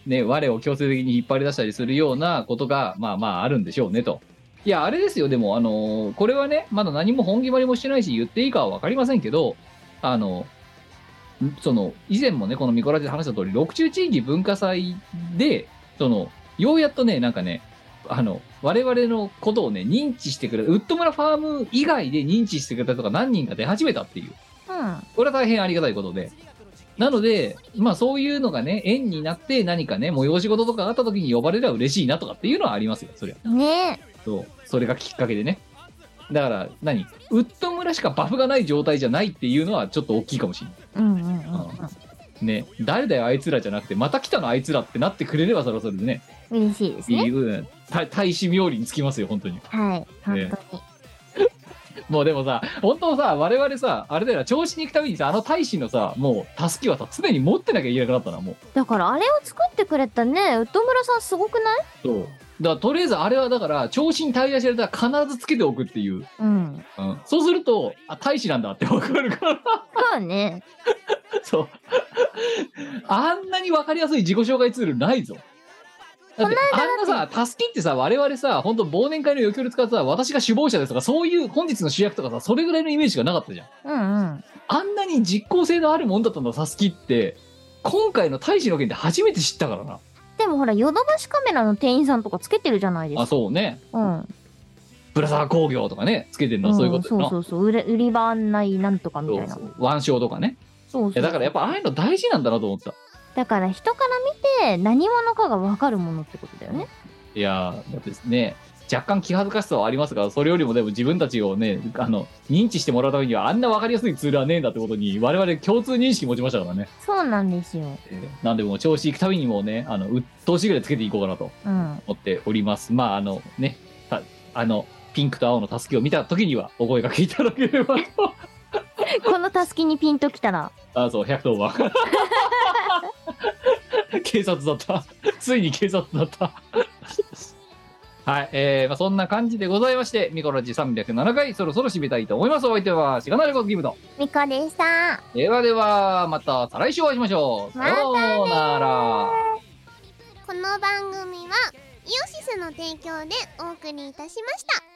ね、我を強制的に引っ張り出したりするようなことが、まあまああるんでしょうねと。いや、あれですよ、でも、あのーこれはね、まだ何も本決まりもしてないし、言っていいかはわかりませんけど、あの、その、以前もね、このミコラジで話した通り、六中地域文化祭で、その、ようやっとね、なんかね、あの、我々のことをね、認知してくれた、ウッド村ファーム以外で認知してくれた人が何人か出始めたっていう。 うん。 これは大変ありがたいことで。なので、まあそういうのがね、縁になって何かね、催し事とかあった時に呼ばれれば嬉しいなとかっていうのはありますよ、そりゃ。 ねそう。それがきっかけでね。だから、何ウッド村しかバフがない状態じゃないっていうのはちょっと大きいかもしれない。 うんうんうんうん。 ね、誰だよあいつらじゃなくて、また来たのあいつらってなってくれればそれはそれでね、 嬉しいですいいね。 うんた大使冥利につきますよ、本当に。 はい。本ね当に。 もうでもさ、本当さ、我々さ、あれだよな、調子に行くためにさ、あの大使のさ、もう、たすきはさ、常に持ってなきゃいけなくなったな、もう。 だからあれを作ってくれたね、ウッド村さんすごくない？ そう。だから、とりあえずあれはだから、調子に対応されたら必ずつけておくっていう。 うん。 うん。そうすると、あ、大使なんだってわかるから。 そうね。 そう。あんなにわかりやすい自己紹介ツールないぞ。だってあんなさ、たすきってさ、我々さ、本当忘年会の余興で使ってさ、私が首謀者ですとか、そういう本日の主役とかさ、それぐらいのイメージしかなかったじゃん。 うんうん。 あんなに実効性のあるもんだったんだ、たすきって、今回の大使の件で初めて知ったからな。 でもほら、ヨドバシカメラの店員さんとかつけてるじゃないですか。 あ、そうね。 うん。 ブラザー工業とかね、つけてるのはそういうことだよな。 そうそうそう。売れ売り場案内なんとかみたいな。 そうそう腕章とかね。 そうそう。 いやだからやっぱああいうの大事なんだなと思った。 だから人から見て何者かが分かるものってことだよね。 いやー、だってね、若干気恥ずかしさはありますが、それよりもでも自分たちをね、あの、認知してもらうためにはあんな分かりやすいツールはねえんだってことに、我々共通認識持ちましたからね。 そうなんですよ。 えーなんでもう調子行くたびにもうね、あの、鬱陶しいぐらいつけていこうかなとうん。 思っております。まあ、あのね、たあの、ピンクと青のたすきを見た時にはお声掛けいただければと。 このたすきにピンときたら。 あ、そう、ひゃくとおばん。警察だった。ついに警察だった。はい、えーまあ、そんな感じでございまして、ミコラジさんびゃくななかい、そろそろ締めたいと思います。お相手は、しがなれこギムと。 みこでした。 ではでは、また再来週お会いしましょう。さようなら。 この番組はイオシスの提供でお送りいたしました。